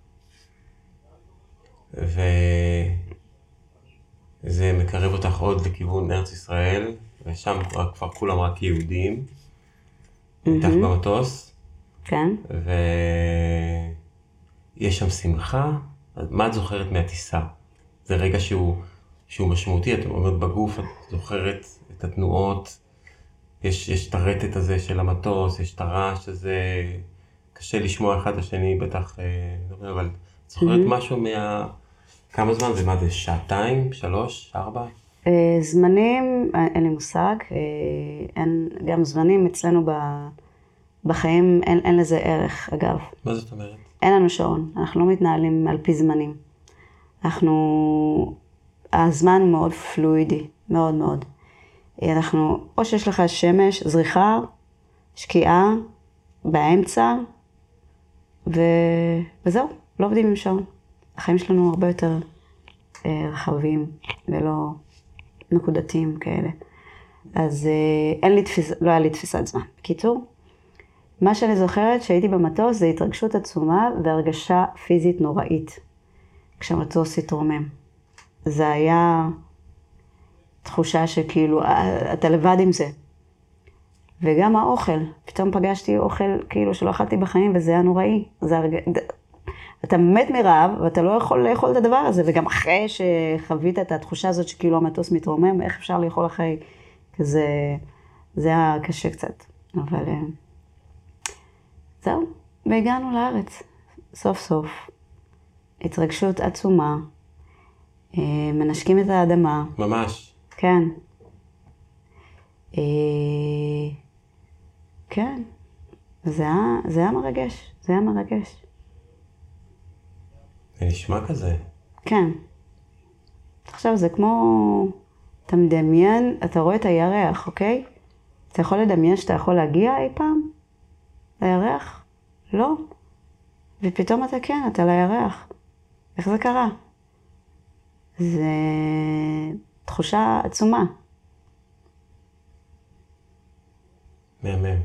וזה מקרב אותך עוד לכיוון ארץ ישראל, ושם כבר כולם רק יהודים. איתך במטוס. כן. ויש שם שמחה. מה את זוכרת מהטיסה? זה רגע שהוא משמעותי, את אומרת בגוף, את זוכרת את התנועות, יש את הרטט הזה של המטוס, יש את הרעש הזה, קשה לשמוע אחד השני, בטח, אבל את זוכרת משהו כמה זמן זה? מה זה? שעתיים? 3? 4? זמנים, אין לי מושג. גם זמנים אצלנו בחיים אין לזה ערך, אגב. מה זאת אומרת? אין לנו שעון, אנחנו לא מתנהלים על פי זמנים. הזמן הוא מאוד פלואידי, מאוד מאוד. או שיש לך שמש, זריחה, שקיעה, באמצע, וזהו, לא עובדים עם שעון. החיים שלנו הרבה יותר רחבים ולא נקודתיים כאלה. אז לא היה לי תפיסת זמן. בקיצור, מה שאני זוכרת שהייתי במטוס זה התרגשות עצומה והרגשה פיזית נוראית, כשהמטוס התרומם. זה היה תחושה שכאילו, אתה לבד עם זה. וגם האוכל, פתאום פגשתי אוכל כאילו שלא אכלתי בחיים, וזה היה נוראי. אתה מת מרעב, ואתה לא יכול לאכול את הדבר הזה, וגם אחרי שחווית את התחושה הזאת שכאילו המטוס מתרומם, איך אפשר לאכול אחרי כזה, זה היה קשה קצת. אבל זהו, והגענו לארץ, סוף סוף. התרגשות עצומה, מנשקים את האדמה. ממש. כן. כן, זה היה מרגש, זה היה מרגש. זה נשמע כזה. כן. עכשיו זה כמו, אתה מדמיין, אתה רואה את הירח, אוקיי? אתה יכול לדמיין שאתה יכול להגיע אי פעם לירח? לא. ופתאום אתה כן, אתה לירח. איך זה קרה? זה תחושה עצומה. מהמם.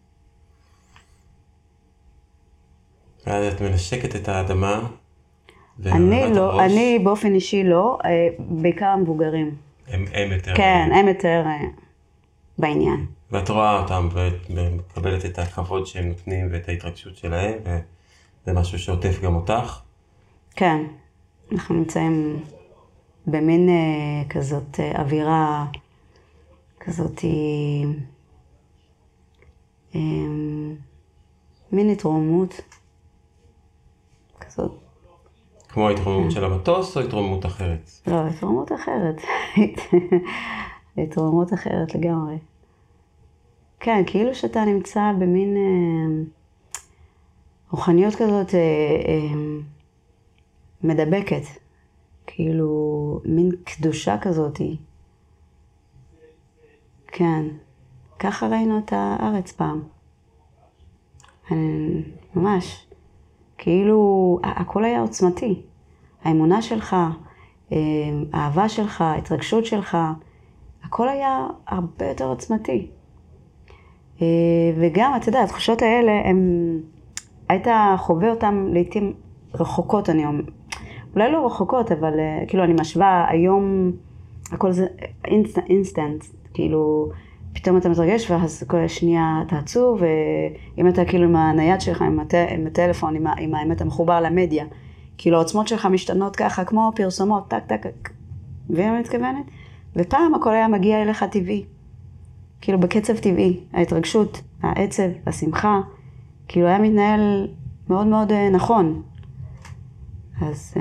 ואז את מנשקת את האדמה. אני באופן אישי לא, בעיקר המבוגרים. הם יותר... כן, הם יותר בעניין. ואת רואה אותם ומקבלת את הכבוד שהם נותנים ואת ההתרגשות שלהם, וזה משהו שעוטף גם אותך? כן, אנחנו נמצאים במין כזאת אווירה, כזאת מין התרוממות כזאת. כמו ההתרוממות של המטוס או התרוממות אחרת? לא, התרוממות אחרת. התרוממות אחרת לגמרי. כן, כאילו שאתה נמצא במין רוחניות כזאת מדבקת. כאילו מין קדושה כזאת. כן. ככה ראינו את הארץ פעם. ממש. כאילו, הכל היה עוצמתי. האמונה שלך, האהבה שלך, ההתרגשות שלך, הכל היה הרבה יותר עוצמתי. וגם, אתה יודע, התחושות האלה, היית חווה אותן לעתים רחוקות, אני אומר. אולי לא רחוקות, אבל כאילו אני משווה היום, הכל זה אינסטנט, כאילו, פתאום אתה מתרגש, ואז כל השנייה אתה עצוב, ואם אתה כאילו עם הנייד שלך, עם הטלפון, אם אתה מחובר למדיה, כאילו העוצמות שלך משתנות ככה, כמו פרסומות, טק, טק, טק, ואני מתכוונת, ופעם הכל היה מגיע אליך טבעי, כאילו בקצב טבעי, ההתרגשות, העצב, השמחה, כאילו היה מתנהל מאוד מאוד נכון. אז...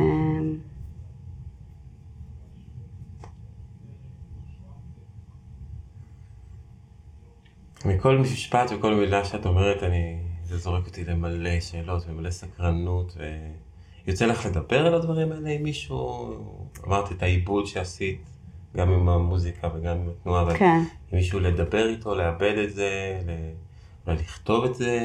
מכל משפט וכל מילה שאת אומרת, זה זורק אותי למלא שאלות ומלא סקרנות, ויוצא לך לדבר על הדברים האלה עם מישהו? אמרת את העיבוד שעשית, גם עם המוזיקה וגם עם התנועה, אבל כן. עם מישהו לדבר איתו, לאבד את זה, אולי לכתוב את זה?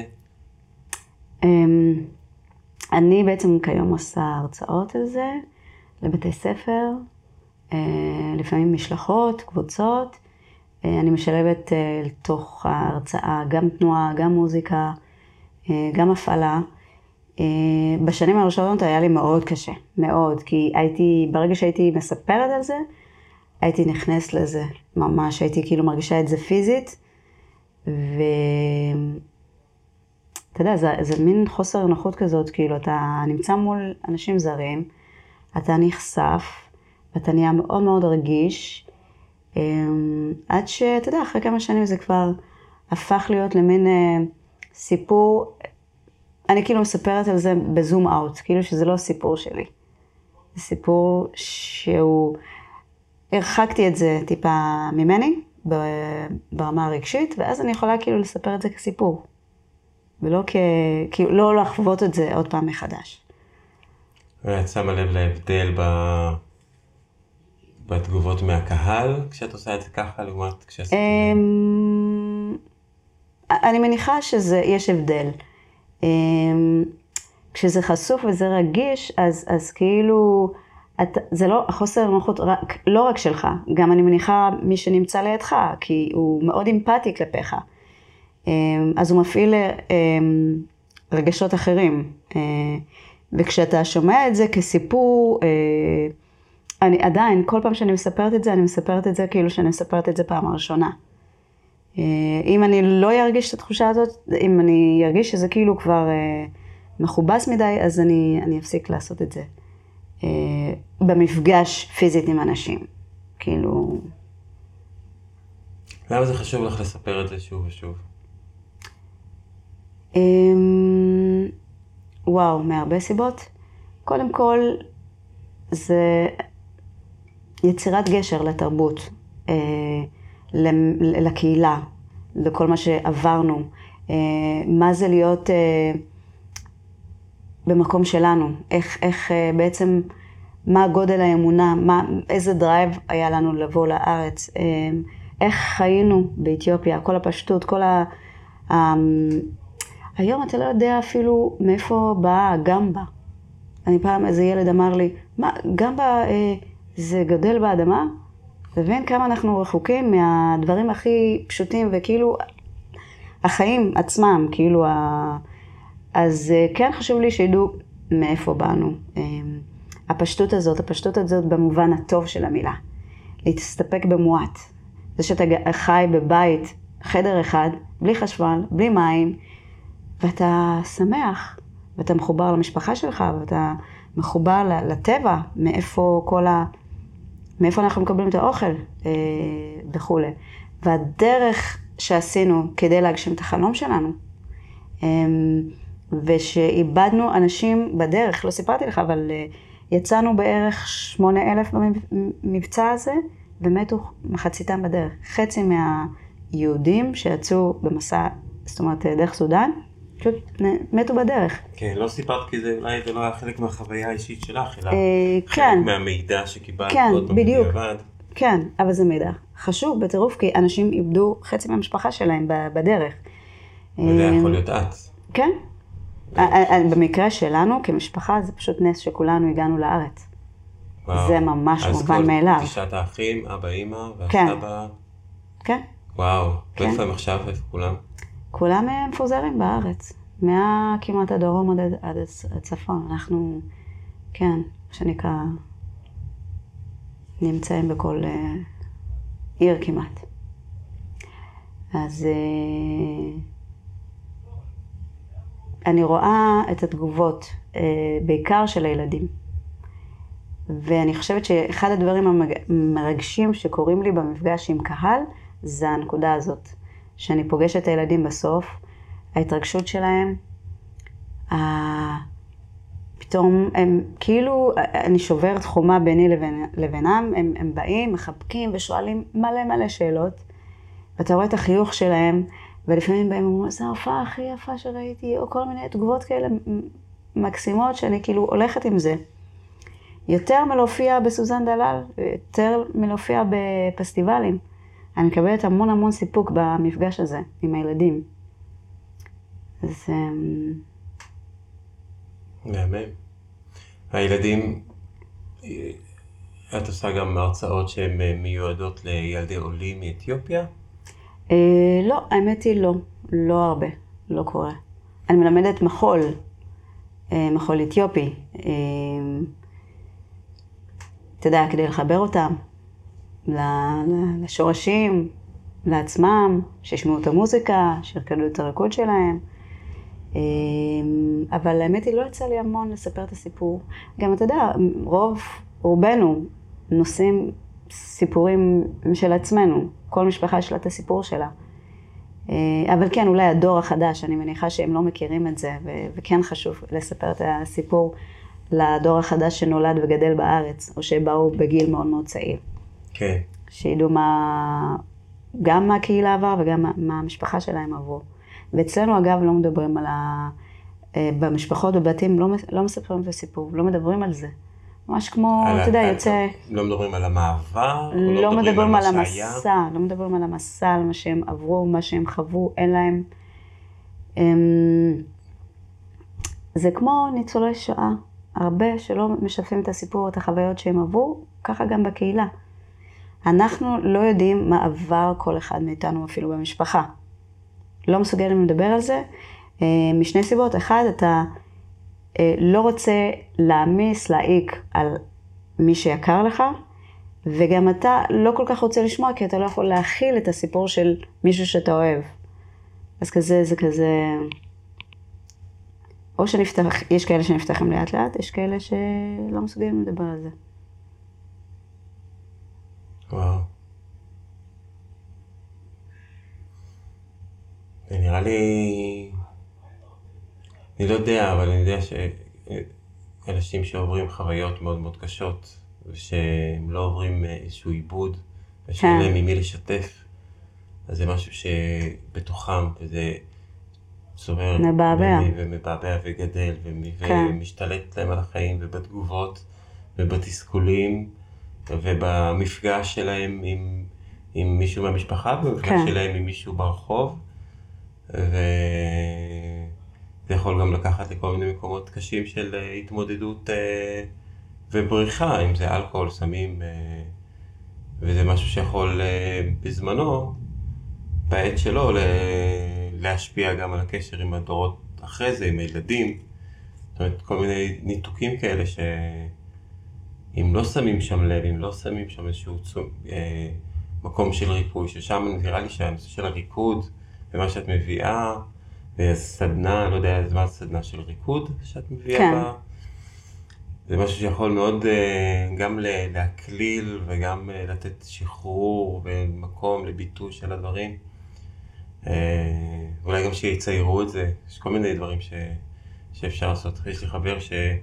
אני בעצם כיום עושה הרצאות על זה, לבתי ספר, לפעמים משלחות, קבוצות, אני משלבת לתוך ההרצאה גם תנועה, גם מוזיקה, גם הפעלה. בשנים הראשונות היה לי מאוד קשה, מאוד, כי ברגע שהייתי מספרת על זה, הייתי נכנסת לזה, ממש, הייתי כאילו מרגישה את זה פיזית, ואתה יודע, זה מין חוסר נוחות כזאת, כאילו אתה נמצא מול אנשים זרים, אתה נחשף, אתה נהיה מאוד מאוד רגיש, עד שאתה יודע, אחרי כמה שנים זה כבר הפך להיות למין סיפור, אני כאילו מספרת על זה בזום אאוט, כאילו שזה לא סיפור שלי. זה סיפור שהוא, הרחקתי את זה טיפה ממני, ברמה הרגשית, ואז אני יכולה כאילו לספר את זה כסיפור. ולא כאילו לא לחוות את זה עוד פעם מחדש. ואת שמה לב להבדל בתגובות מהקהל, כשאת עושה את זה ככה, לעומת כשעשית את זה? אני מניחה שיש הבדל. כשזה חשוף וזה רגיש, אז כאילו, זה לא החוסר נוחות לא רק שלך, גם אני מניחה מי שנמצא לידך, כי הוא מאוד אמפתי כלפיך. אז הוא מפעיל רגשות אחרים. וכשאתה שומע את זה כסיפור, אני עדיין, כל פעם שאני מספרת את זה, אני מספרת את זה כאילו שאני מספרת את זה פעם הראשונה. אם אני לא ארגיש את התחושה הזאת, אם אני ארגיש שזה כאילו כבר מחובס מדי, אז אני אפסיק לעשות את זה. במפגש פיזית עם אנשים. כאילו... למה זה חשוב לך לספר את זה שוב ושוב? וואו, מהרבה סיבות. קודם כל, זה יצירת גשר לתרבות, לקהילה, לכל מה שעברנו. מה זה להיות במקום שלנו? איך בעצם, מה גודל האמונה? איזה דרייב היה לנו לבוא לארץ? איך חיינו באתיופיה? כל הפשטות, היום אתה לא יודע אפילו מאיפה באה הגמבה. אני פעם איזה ילד אמר לי, מה, גמבה זה גדל באדמה? תבין כמה אנחנו רחוקים מהדברים הכי פשוטים, וכאילו החיים עצמם, כאילו אז כן חשוב לי שידעו מאיפה באנו. הפשטות הזאת במובן הטוב של המילה. להסתפק במועט. זה שאתה חי בבית, חדר אחד, בלי חשמל, בלי מים, ואתה שמח, ואתה מחובר למשפחה שלך, ואתה מחובר לטבע, מאיפה אנחנו מקבלים את האוכל וכו'. והדרך שעשינו כדי להגשים את החלום שלנו, ושאיבדנו אנשים בדרך, לא סיפרתי לך, אבל יצאנו בערך 8,000 במבצע הזה, ומתו מחציתם בדרך. חצי מהיהודים שיצאו במסע, זאת אומרת, דרך סודן, פשוט מתו בדרך. כן, לא סיפרת כי זה אולי לא היה חלק מהחוויה האישית שלך, אלא כן. חלק מהמידע שקיבלת כן, עוד בדיוק. בדיעבד. כן, אבל זה מידע חשוב בטירוף, כי אנשים איבדו חצי מהמשפחה שלהם בדרך. וזה יכול להיות את. כן. במקרה שלנו, כמשפחה, זה פשוט נס שכולנו הגענו לארץ. וואו. זה ממש מובן מאליו. אז כל תשעת האחים, אבא, אמא, כן. והסבא. כן. וואו. כן. ואיפה הם עכשיו? איפה כולם? כולם מפוזרים בארץ. כמעט הדרום עד הצפון. אנחנו, כן, מה שנקרא, נמצאים בכל עיר כמעט. אז אני רואה את התגובות, בעיקר של הילדים. ואני חושבת שאחד הדברים המרגשים שקורים לי במפגש עם קהל, זה הנקודה הזאת. שאני פוגשת את הילדים בסוף, ההתרגשות שלהם, פתאום הם, כאילו, אני שוברת חומה ביני לבינם, הם באים, מחבקים ושואלים מלא שאלות, ואתה רואה את החיוך שלהם, ולפעמים בהם אומרים, זו ההופעה הכי יפה שראיתי, או כל מיני תגובות כאלה מקסימות, שאני כאילו הולכת עם זה. יותר מלהופיע בסוזן דלל, יותר מלהופיע בפסטיבלים. אני מקבלת המון סיפוק במפגש הזה עם הילדים. אז מהמם. הילדים, את עושה גם הרצאות שהן מיועדות לילדי עולים מאתיופיה? לא, האמת היא לא הרבה, לא קורה. אני מלמדת מחול אתיופי. אתה יודע, כדי לחבר אותם לשורשים, לעצמם, שישמעו את המוזיקה, שירקדו את הריקוד שלהם. אבל האמת היא, לא יצא לי המון לספר את הסיפור. גם אתה יודע, רובנו נושאים סיפורים של עצמנו. כל משפחה יש לה את הסיפור שלה. אבל כן, אולי הדור החדש, אני מניחה שהם לא מכירים את זה, וכן חשוב לספר את הסיפור לדור החדש שנולד וגדל בארץ, או שבאו בגיל מאוד צעיר. כן. שידעו גם מה הקהילה עבר וגם מה המשפחה שלהם עברו. ואצלנו אגב לא מדברים במשפחות ובתים לא מספרים את הסיפור, לא מדברים על זה. ממש כמו, אתה יודע, יוצא... לא מדברים על המעבר? לא מדברים על המסע, לא מדברים על המסע, על מה שהם עברו, מה שהם חוו, אין להם... זה כמו ניצולי שואה, הרבה שלא משתפים את הסיפור, את החוויות שהם עברו, ככה גם בקהילה. אנחנו לא יודעים מה עבר כל אחד מאיתנו אפילו במשפחה. לא מסוגלים לדבר על זה, משני סיבות. אחד, אתה לא רוצה להעיק על מי שיקר לך, וגם אתה לא כל כך רוצה לשמוע, כי אתה לא יכול להכיל את הסיפור של מישהו שאתה אוהב. אז זה כזה... או יש כאלה שנפתחים לאט לאט, יש כאלה שלא מסוגלים לדבר על זה. וואו. זה נראה לי... אני לא יודע, אבל אני יודע שאנשים שעוברים חוויות מאוד קשות, ושהם לא עוברים איזשהו עיבוד, ושאין להם ממי לשתף, אז זה משהו שבתוכם, וזה סובר ומבעבע וגדל, ומשתלט להם על החיים, ובתגובות, ובתסכולים, ובמפגש שלהם עם מישהו מהמשפחה, ובמפגש שלהם עם מישהו ברחוב, וזה יכול גם לקחת לכל מיני מקומות קשים של התמודדות ובריחה, אם זה אלכוהול, סמים, וזה משהו שיכול בזמנו, בעת שלו, להשפיע גם על הקשר עם הדורות אחרי זה, עם הילדים, זאת אומרת, כל מיני ניתוקים כאלה אם לא שמים שם לב, אם לא שמים שם איזשהו מקום של ריפוי, ששם נראה לי שהנושא של הריקוד, ומה שאת מביאה, וסדנה, לא יודע מה סדנה של ריקוד שאת מביאה כן. בה, זה משהו שיכול מאוד גם להקליל וגם לתת שחרור ומקום לביטוי של הדברים. אולי גם שיציירו את זה, יש כל מיני דברים שאפשר לעשות. יש לי חבר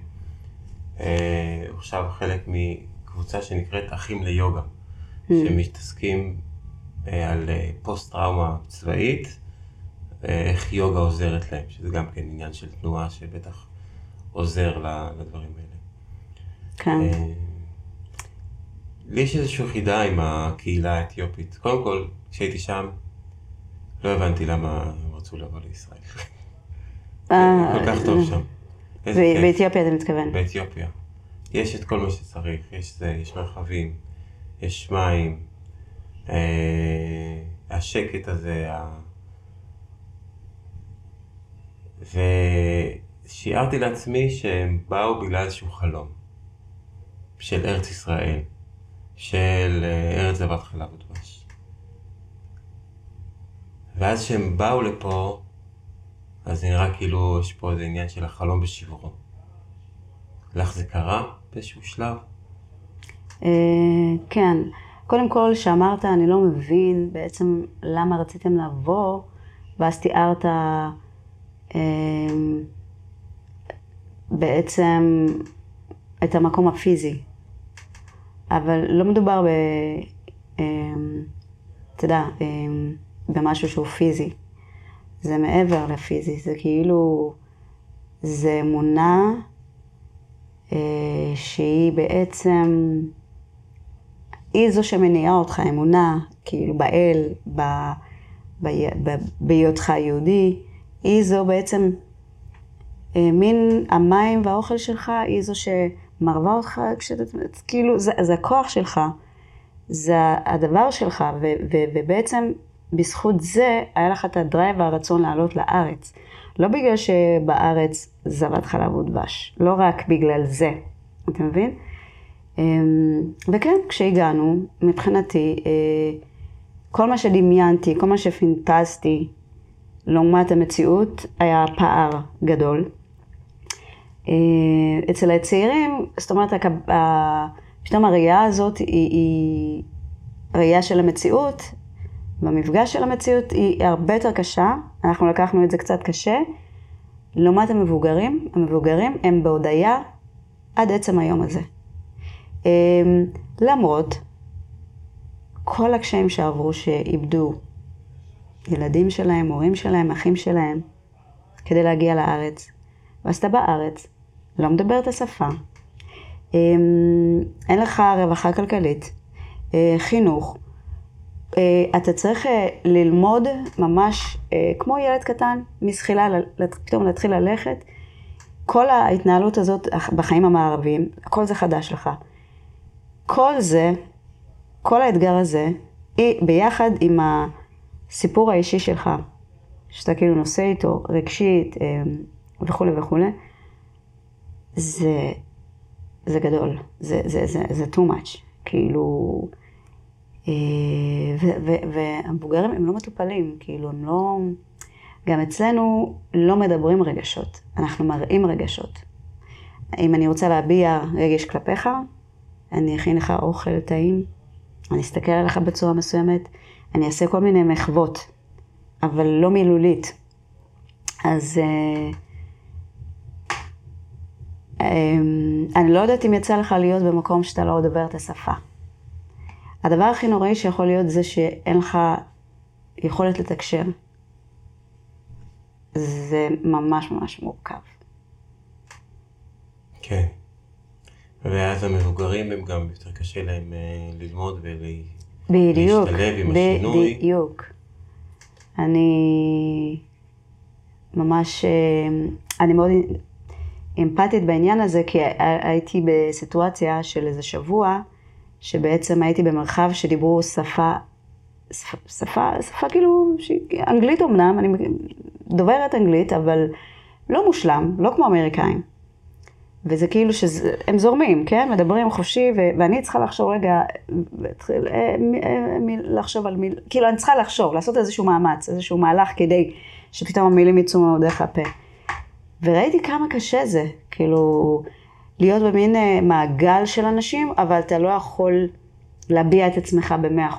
עכשיו חלק מקבוצה שנקראת אחים ליוגה, שמתעסקים על פוסט-טראומה צבאית, איך יוגה עוזרת להם, שזה גם כן עניין של תנועה שבטח עוזר לדברים האלה. כן. לי יש איזושהי חידה עם הקהילה האתיופית. קודם כל, כשהייתי שם, לא הבנתי למה הם רצו לבוא לישראל. כל כך טוב שם. באתיופיה אתה מתכוון? באתיופיה. יש את כל מה שצריך, יש מרחבים, יש מים, השקט הזה, ושיערתי לעצמי שהם באו בגלל איזשהו חלום של ארץ ישראל, של ארץ זבת חלב ודבש. ואז שהם באו לפה, אז זה נראה כאילו יש פה איזה עניין של החלום בשברו. לך זה קרה באיזשהו שלב? כן. קודם כל, שאמרת, אני לא מבין בעצם למה רציתם לבוא, ואז תיארת בעצם את המקום הפיזי. אבל לא מדובר אתה יודע, במשהו שהוא פיזי. זה מעבר לפיזי, זה כאילו, זה אמונה שהיא בעצם, היא זו שמניעה אותך, אמונה, כאילו באל, בהיותך יהודי, היא זו בעצם, מין המים והאוכל שלך, היא זו שמרווה אותך, כאילו, זה הכוח שלך, זה הדבר שלך, ובעצם בזכות זה, היה לך את הדרייב והרצון לעלות לארץ. לא בגלל שבארץ זבת חלב ודבש, לא רק בגלל זה, אתה מבין? וכן, כשהגענו, מבחינתי, כל מה שדמיינתי, כל מה שפינטזתי, לעומת המציאות, היה פער גדול. אצל הצעירים, זאת אומרת, פתאום הראייה הזאת היא ראייה של המציאות, במפגש של המציאות היא הרבה יותר קשה, אנחנו לקחנו את זה קצת קשה, לעומת המבוגרים הם בהודעה עד עצם היום הזה. למרות כל הקשיים שעברו שאיבדו ילדים שלהם, הורים שלהם, אחים שלהם, כדי להגיע לארץ. ואז אתה בארץ, לא מדבר את השפה, אין לך רווחה כלכלית, חינוך, אתה צריך ללמוד ממש כמו ילד קטן, מסחילה, פתאום להתחיל ללכת. כל ההתנהלות הזאת בחיים המערביים, כל זה חדש לך. כל זה, כל האתגר הזה, ביחד עם הסיפור האישי שלך, שאתה כאילו נושא איתו רגשית וכו' וכו', זה גדול, זה too much, כאילו, והמבוגרים הם לא מטופלים, כאילו הם לא, גם אצלנו לא מדברים רגשות, אנחנו מראים רגשות. אם אני רוצה להביע רגש כלפיך, אני אכין לך אוכל טעים, אני אסתכל עליך בצורה מסוימת, אני אעשה כל מיני מחוות, אבל לא מילולית. אז אני לא יודעת אם יצא לך להיות במקום שאתה לא מדבר את השפה. הדבר הכי נוראי שיכול להיות זה שאין לך יכולת לתקשר. זה ממש ממש מורכב. כן. ואז המבוגרים הם גם יותר קשה להם ללמוד ולהשתלב עם השינוי. בדיוק. אני ממש, אני מאוד אמפתית בעניין הזה, כי הייתי בסיטואציה של איזה שבוע, שבעצם הייתי במרחב שדיברו שפה כאילו, אנגלית אמנם, אני דוברת אנגלית, אבל לא מושלם, לא כמו אמריקאים. וזה כאילו שהם זורמים, כן? מדברים חופשי, ואני צריכה לחשוב רגע, לחשוב על מיל, כאילו אני צריכה לחשוב, לעשות איזשהו מאמץ, איזשהו מהלך כדי שפתאום המילים יצאו דרך הפה. וראיתי כמה קשה זה, כאילו, להיות במין מעגל של אנשים, אבל אתה לא יכול להביע את עצמך ב100%.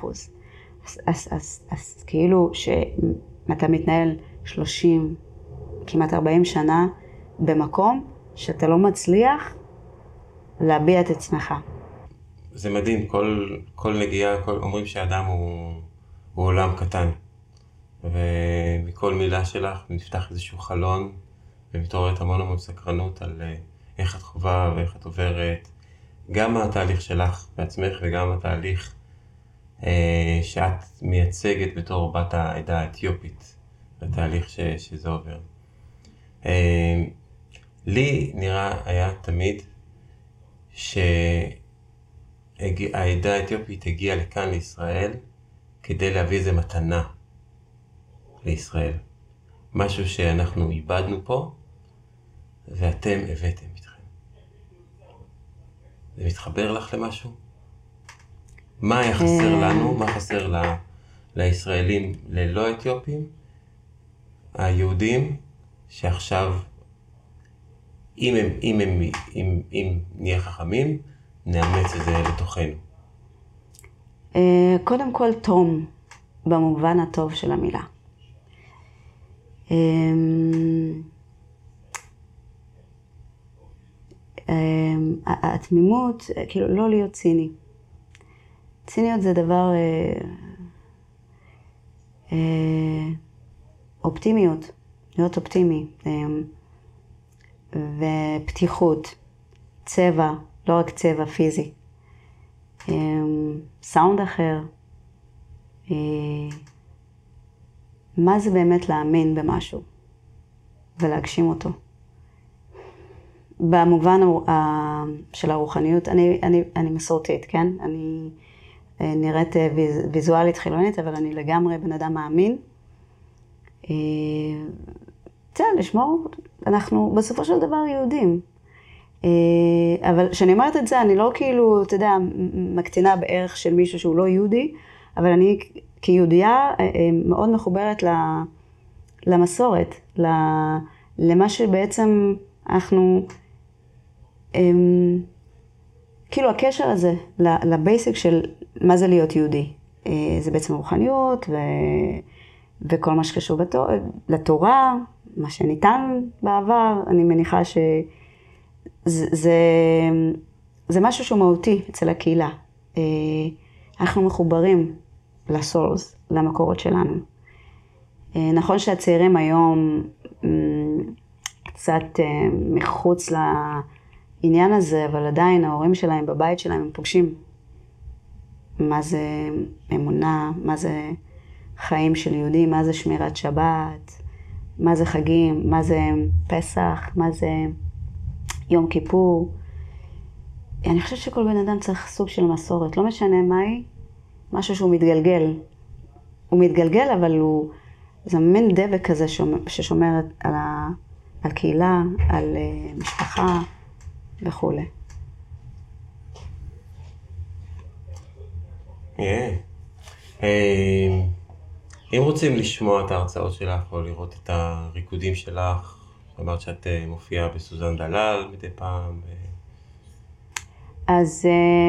אז כאילו שאתה מתנהל 30, כמעט 40 שנה במקום, שאתה לא מצליח להביע את עצמך. זה מדהים, כל נגיעה, אומרים שהאדם הוא עולם קטן. ומכל מילה שלך נפתח איזשהו חלון, ומתעוררת המון סקרנות על איך את חווה ואיך את עוברת. גם התהליך שלך בעצמך וגם התהליך שאת מייצגת בתור בת העדה האתיופית, התהליך שזה עובר. לי נראה היה תמיד שהעדה האתיופית הגיעה לכאן לישראל כדי להביא איזה מתנה לישראל. משהו שאנחנו איבדנו פה ואתם הבאתם איתכם. זה מתחבר לך למשהו? מה היה חסר לנו? מה חסר לישראלים ללא אתיופים? היהודים שעכשיו אם נהיה חכמים, נאמץ את זה לתוכנו. קודם כל תום, במובן הטוב של המילה. התמימות, כאילו לא להיות ציני. ציניות זה דבר אופטימיות, להיות אופטימי. ופתיחות, צבע, לא רק צבע פיזי, סאונד אחר, מה זה באמת להאמין במשהו ולהגשים אותו. במובן של הרוחניות, אני מסורתית, כן? אני נראית ויזואלית חילונית, אבל אני לגמרי בן אדם מאמין. לשמור, אנחנו בסופו של דבר יהודים. אבל כשאני אומרת את זה, אני לא כאילו, אתה יודע, מקטינה בערך של מישהו שהוא לא יהודי, אבל אני כיהודייה מאוד מחוברת למסורת, למה שבעצם אנחנו, כאילו הקשר הזה, לבייסיק של מה זה להיות יהודי. זה בעצם רוחניות וכל מה שקשור לתורה, מה שניתן בעבר, אני מניחה זה משהו שהוא מהותי אצל הקהילה. אנחנו מחוברים לסורס, למקורות שלנו. נכון שהצעירים היום קצת מחוץ לעניין הזה, אבל עדיין ההורים שלהם בבית שלהם הם פוגשים מה זה אמונה, מה זה חיים של יהודים, מה זה שמירת שבת, מה זה חגים, מה זה פסח, מה זה יום כיפור. אני חושבת שכל בן אדם צריך סוג של מסורת, לא משנה מהי, משהו שהוא מתגלגל. הוא מתגלגל, אבל זה מין דבק כזה ששומר על קהילה, על משפחה וכו'. אם רוצים לשמוע את ההרצאות שלך או לראות את הריקודים שלך, אמרת שאת מופיעה בסוזן דלל מדי פעם. אז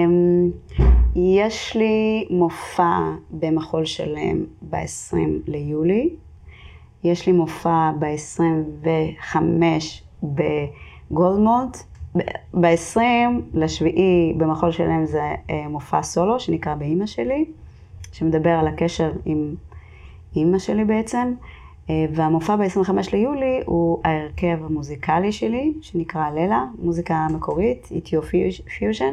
יש לי מופע במחול שלם ב-20 ליולי. יש לי מופע ב-25 בגולדמונט. ב-20 לשביעי במחול שלם זה מופע סולו שנקרא באמא שלי, שמדבר על הקשר עם אמא שלי בעצם. והמופע ב-25 ליולי הוא ההרכב המוזיקלי שלי, שנקרא לילה, מוזיקה מקורית, איתיו פיוז'ן.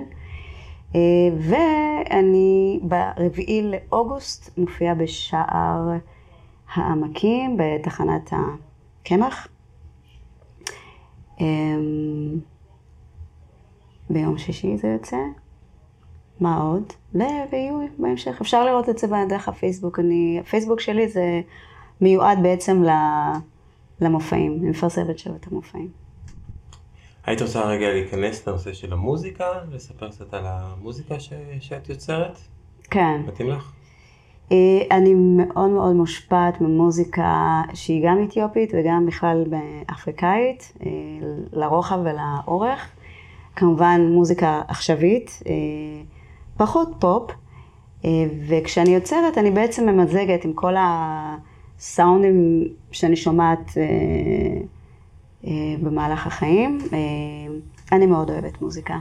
ואני ב4 לאוגוסט מופיעה בשער העמקים, בתחנת הקמח. ביום שישי זה יוצא. מה עוד? ויהיו בהמשך. אפשר לראות את זה בדרך הפייסבוק. הפייסבוק שלי זה מיועד בעצם למופעים. אני מפרסמת שם את המופעים. היית רוצה רגע להיכנס לנושא של המוזיקה, לספר קצת על המוזיקה שאת יוצרת? כן. מתאים לך? אני מאוד מאוד מושפעת ממוזיקה שהיא גם אתיופית וגם בכלל באפריקאית, לרוחב ולאורך. כמובן מוזיקה עכשווית, פחות פופ, וכשאני יוצרת אני בעצם ממזגת עם כל הסאונדים שאני שומעת במהלך החיים. אני מאוד אוהבת מוזיקה.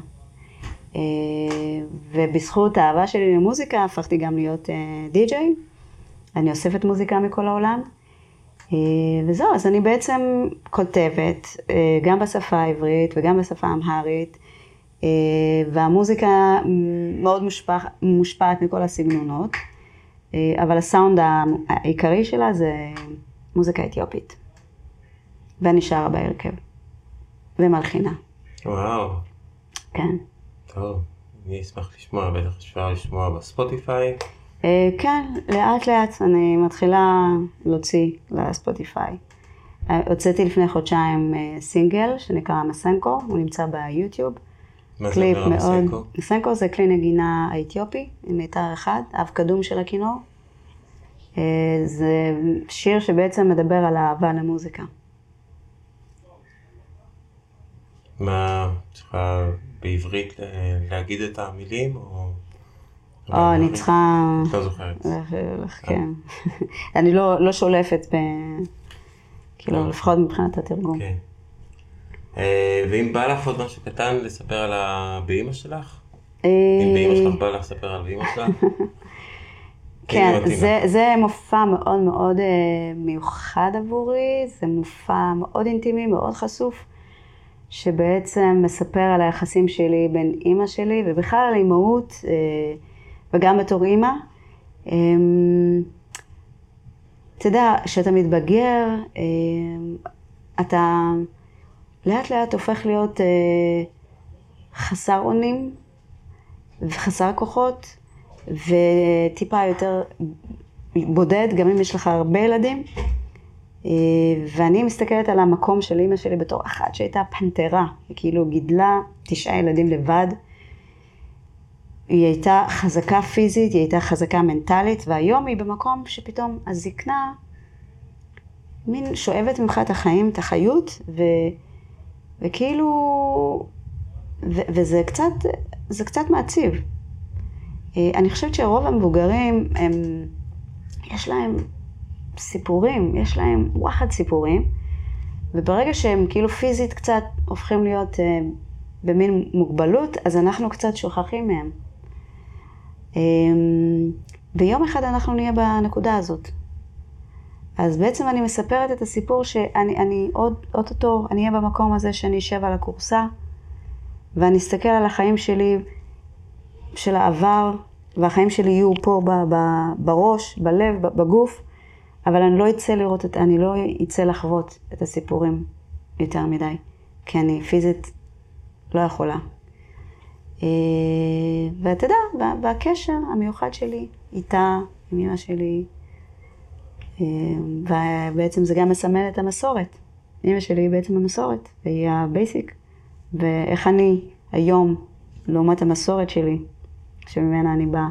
ובזכות האהבה שלי למוזיקה הפכתי גם להיות די-ג'יי. אני אוספת מוזיקה מכל העולם. וזהו, אז אני בעצם כותבת גם בשפה העברית וגם בשפה האמהרית, והמוזיקה מאוד מושפעת מכל הסגנונות, אבל הסאונד העיקרי שלה זה מוזיקה אתיופית. ואני שרה בהרכב ומלחינה. וואו. כן. טוב, אני אשמח לשמוע, בטח אפשר לשמוע בספוטיפיי. כן, לאט לאט אני מתחילה להוציא לספוטיפיי. הוצאתי לפני חודשיים סינגל שנקרא מסנקו, הוא נמצא ביוטיוב. מה זה אומר מסנקו? מסנקו זה כלי נגינה האתיופי, עם מיתר אחד, אב קדום של הכינור. זה שיר שבעצם מדבר על האהבה למוזיקה. מה, צריכה בעברית להגיד את המילים או... אני צריכה... לא זוכרת. כן. אני לא שולפת כאילו, לפחות מבחינת התרגום. כן. ואם בא לך עוד משהו קטן לספר על באמא שלך? אם באמא שלך בא לך לספר על באמא שלך? כן, זה מופע מאוד מאוד מיוחד עבורי, זה מופע מאוד אינטימי, מאוד חשוף, שבעצם מספר על היחסים שלי בין אמא שלי, ובכלל על אימהות, וגם בתור אמא. אתה יודע, כשאתה מתבגר, אתה לאט לאט הופך להיות חסר אונים וחסר כוחות, וטיפה יותר בודד, גם אם יש לך הרבה ילדים. ואני מסתכלת על המקום של אמא שלי בתור אחת שהייתה פנתרה, היא כאילו גידלה 9 ילדים לבד. היא הייתה חזקה פיזית, היא הייתה חזקה מנטלית, והיום היא במקום שפתאום הזקנה מין שואבת ממך את החיים, את החיות, וכאילו, וזה קצת מעציב. אני חושבת שרוב המבוגרים, יש להם סיפורים, יש להם וואחד סיפורים, וברגע שהם כאילו פיזית קצת הופכים להיות במין מוגבלות, אז אנחנו קצת שוכחים מהם. ויום אחד אנחנו נהיה בנקודה הזאת. אז בעצם אני מספרת את הסיפור שאני אוטוטו, אני אהיה במקום הזה שאני אשב על הקורסה, ואני אסתכל על החיים שלי, של העבר, והחיים שלי יהיו פה בראש, בלב, בגוף, אבל אני לא אצא לחוות את הסיפורים יותר מדי, כי אני פיזית לא יכולה. ואתה יודע, בקשר המיוחד שלי איתה, עם אמא שלי, ובעצם זה גם מסמל את המסורת. אמא שלי היא בעצם המסורת, והיא הבייסיק. ואיך אני היום, לעומת המסורת שלי, שממנה אני באה.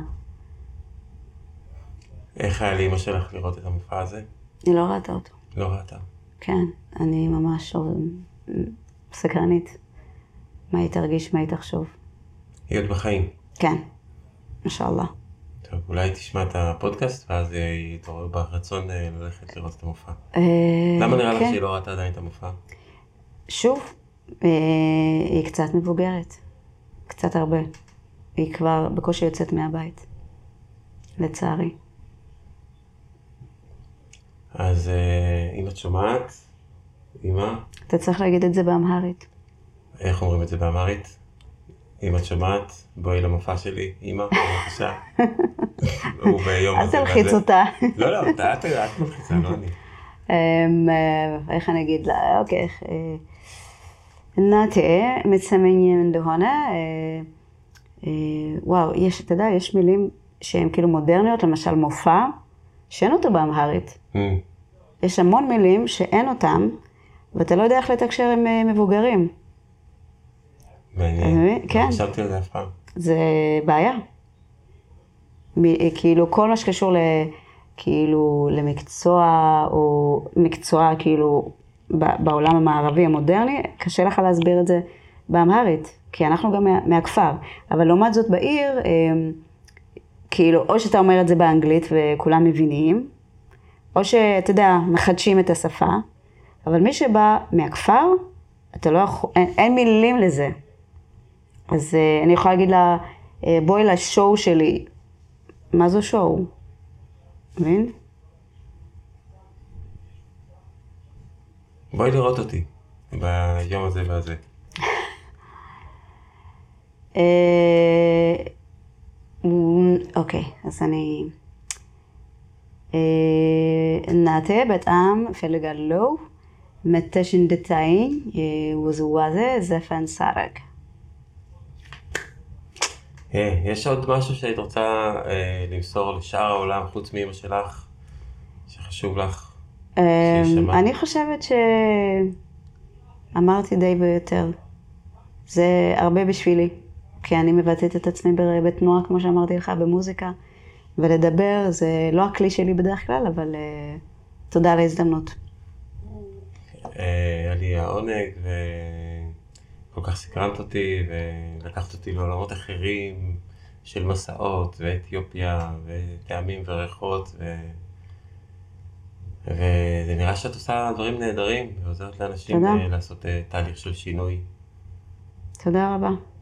איך היה לאמא שלך לראות את המופע הזה? היא לא ראתה אותו. לא ראתה. כן, אני ממש סקרנית. מה היא תרגיש, מה היא תחשוב. היא עוד בחיים? כן, אינשאללה. טוב, אולי תשמע את הפודקאסט, ואז היא תעורר ברצון ללכת לראות את המופע. למה נראה לך שהיא לא ראתה עדיין את המופע? שוב, היא קצת מבוגרת. קצת הרבה. היא כבר בקושי יוצאת מהבית. לצערי. אז אם את שומעת, אמא? אתה צריך להגיד את זה באמהרית. איך אומרים את זה באמהרית? אם את שומעת, בואי למופע שלי, אמא, בבקשה. אל תלחיץ אותה. לא, את מלחיצה, לא אני. איך אני אגיד לה? אוקיי. נתאה, מצמנים እንደሆነ, וואו, אתה יודע, יש מילים שהן כאילו מודרניות, למשל מופע, שאין אותו באמהרית. יש המון מילים שאין אותם, ואתה לא יודע איך לתקשר עם מבוגרים. מעניין. כן. לא חשבתי על זה אף פעם. זה בעיה. כאילו כל מה שקשור כאילו למקצוע, או מקצוע כאילו בעולם המערבי המודרני, קשה לך להסביר את זה באמהרית, כי אנחנו גם מהכפר. אבל לעומת זאת בעיר, כאילו או שאתה אומר את זה באנגלית וכולם מבינים, או שאתה יודע, מחדשים את השפה, אבל מי שבא מהכפר, אתה לא יכול, אין מילים לזה. אז אני יכולה להגיד לה, בואי לשואו שלי. מה זו שואו? מבין? בואי לראות אותי ביום הזה והזה. אוקיי, אז אני... እናቴ በጣም እፈልጋለሁ መተሽ እንድታይኝ ውዝዋዜ ዘፈን ሳረግ. יש עוד משהו שהיית רוצה למסור לשאר העולם חוץ מאמא שלך, שחשוב לך שישמע? אני חושבת שאמרתי די ביותר. זה הרבה בשבילי, כי אני מבטאת את עצמי בתנועה, כמו שאמרתי לך, במוזיקה, ולדבר זה לא הכלי שלי בדרך כלל, אבל תודה על ההזדמנות. היה לי העונג וכל כך סקרנת אותי ולקחת אותי לעולמות אחרים של מסעות ואתיופיה וטעמים וריחות וזה נראה שאת עושה דברים נהדרים ועוזרת לאנשים לעשות תהליך של שינוי. תודה רבה.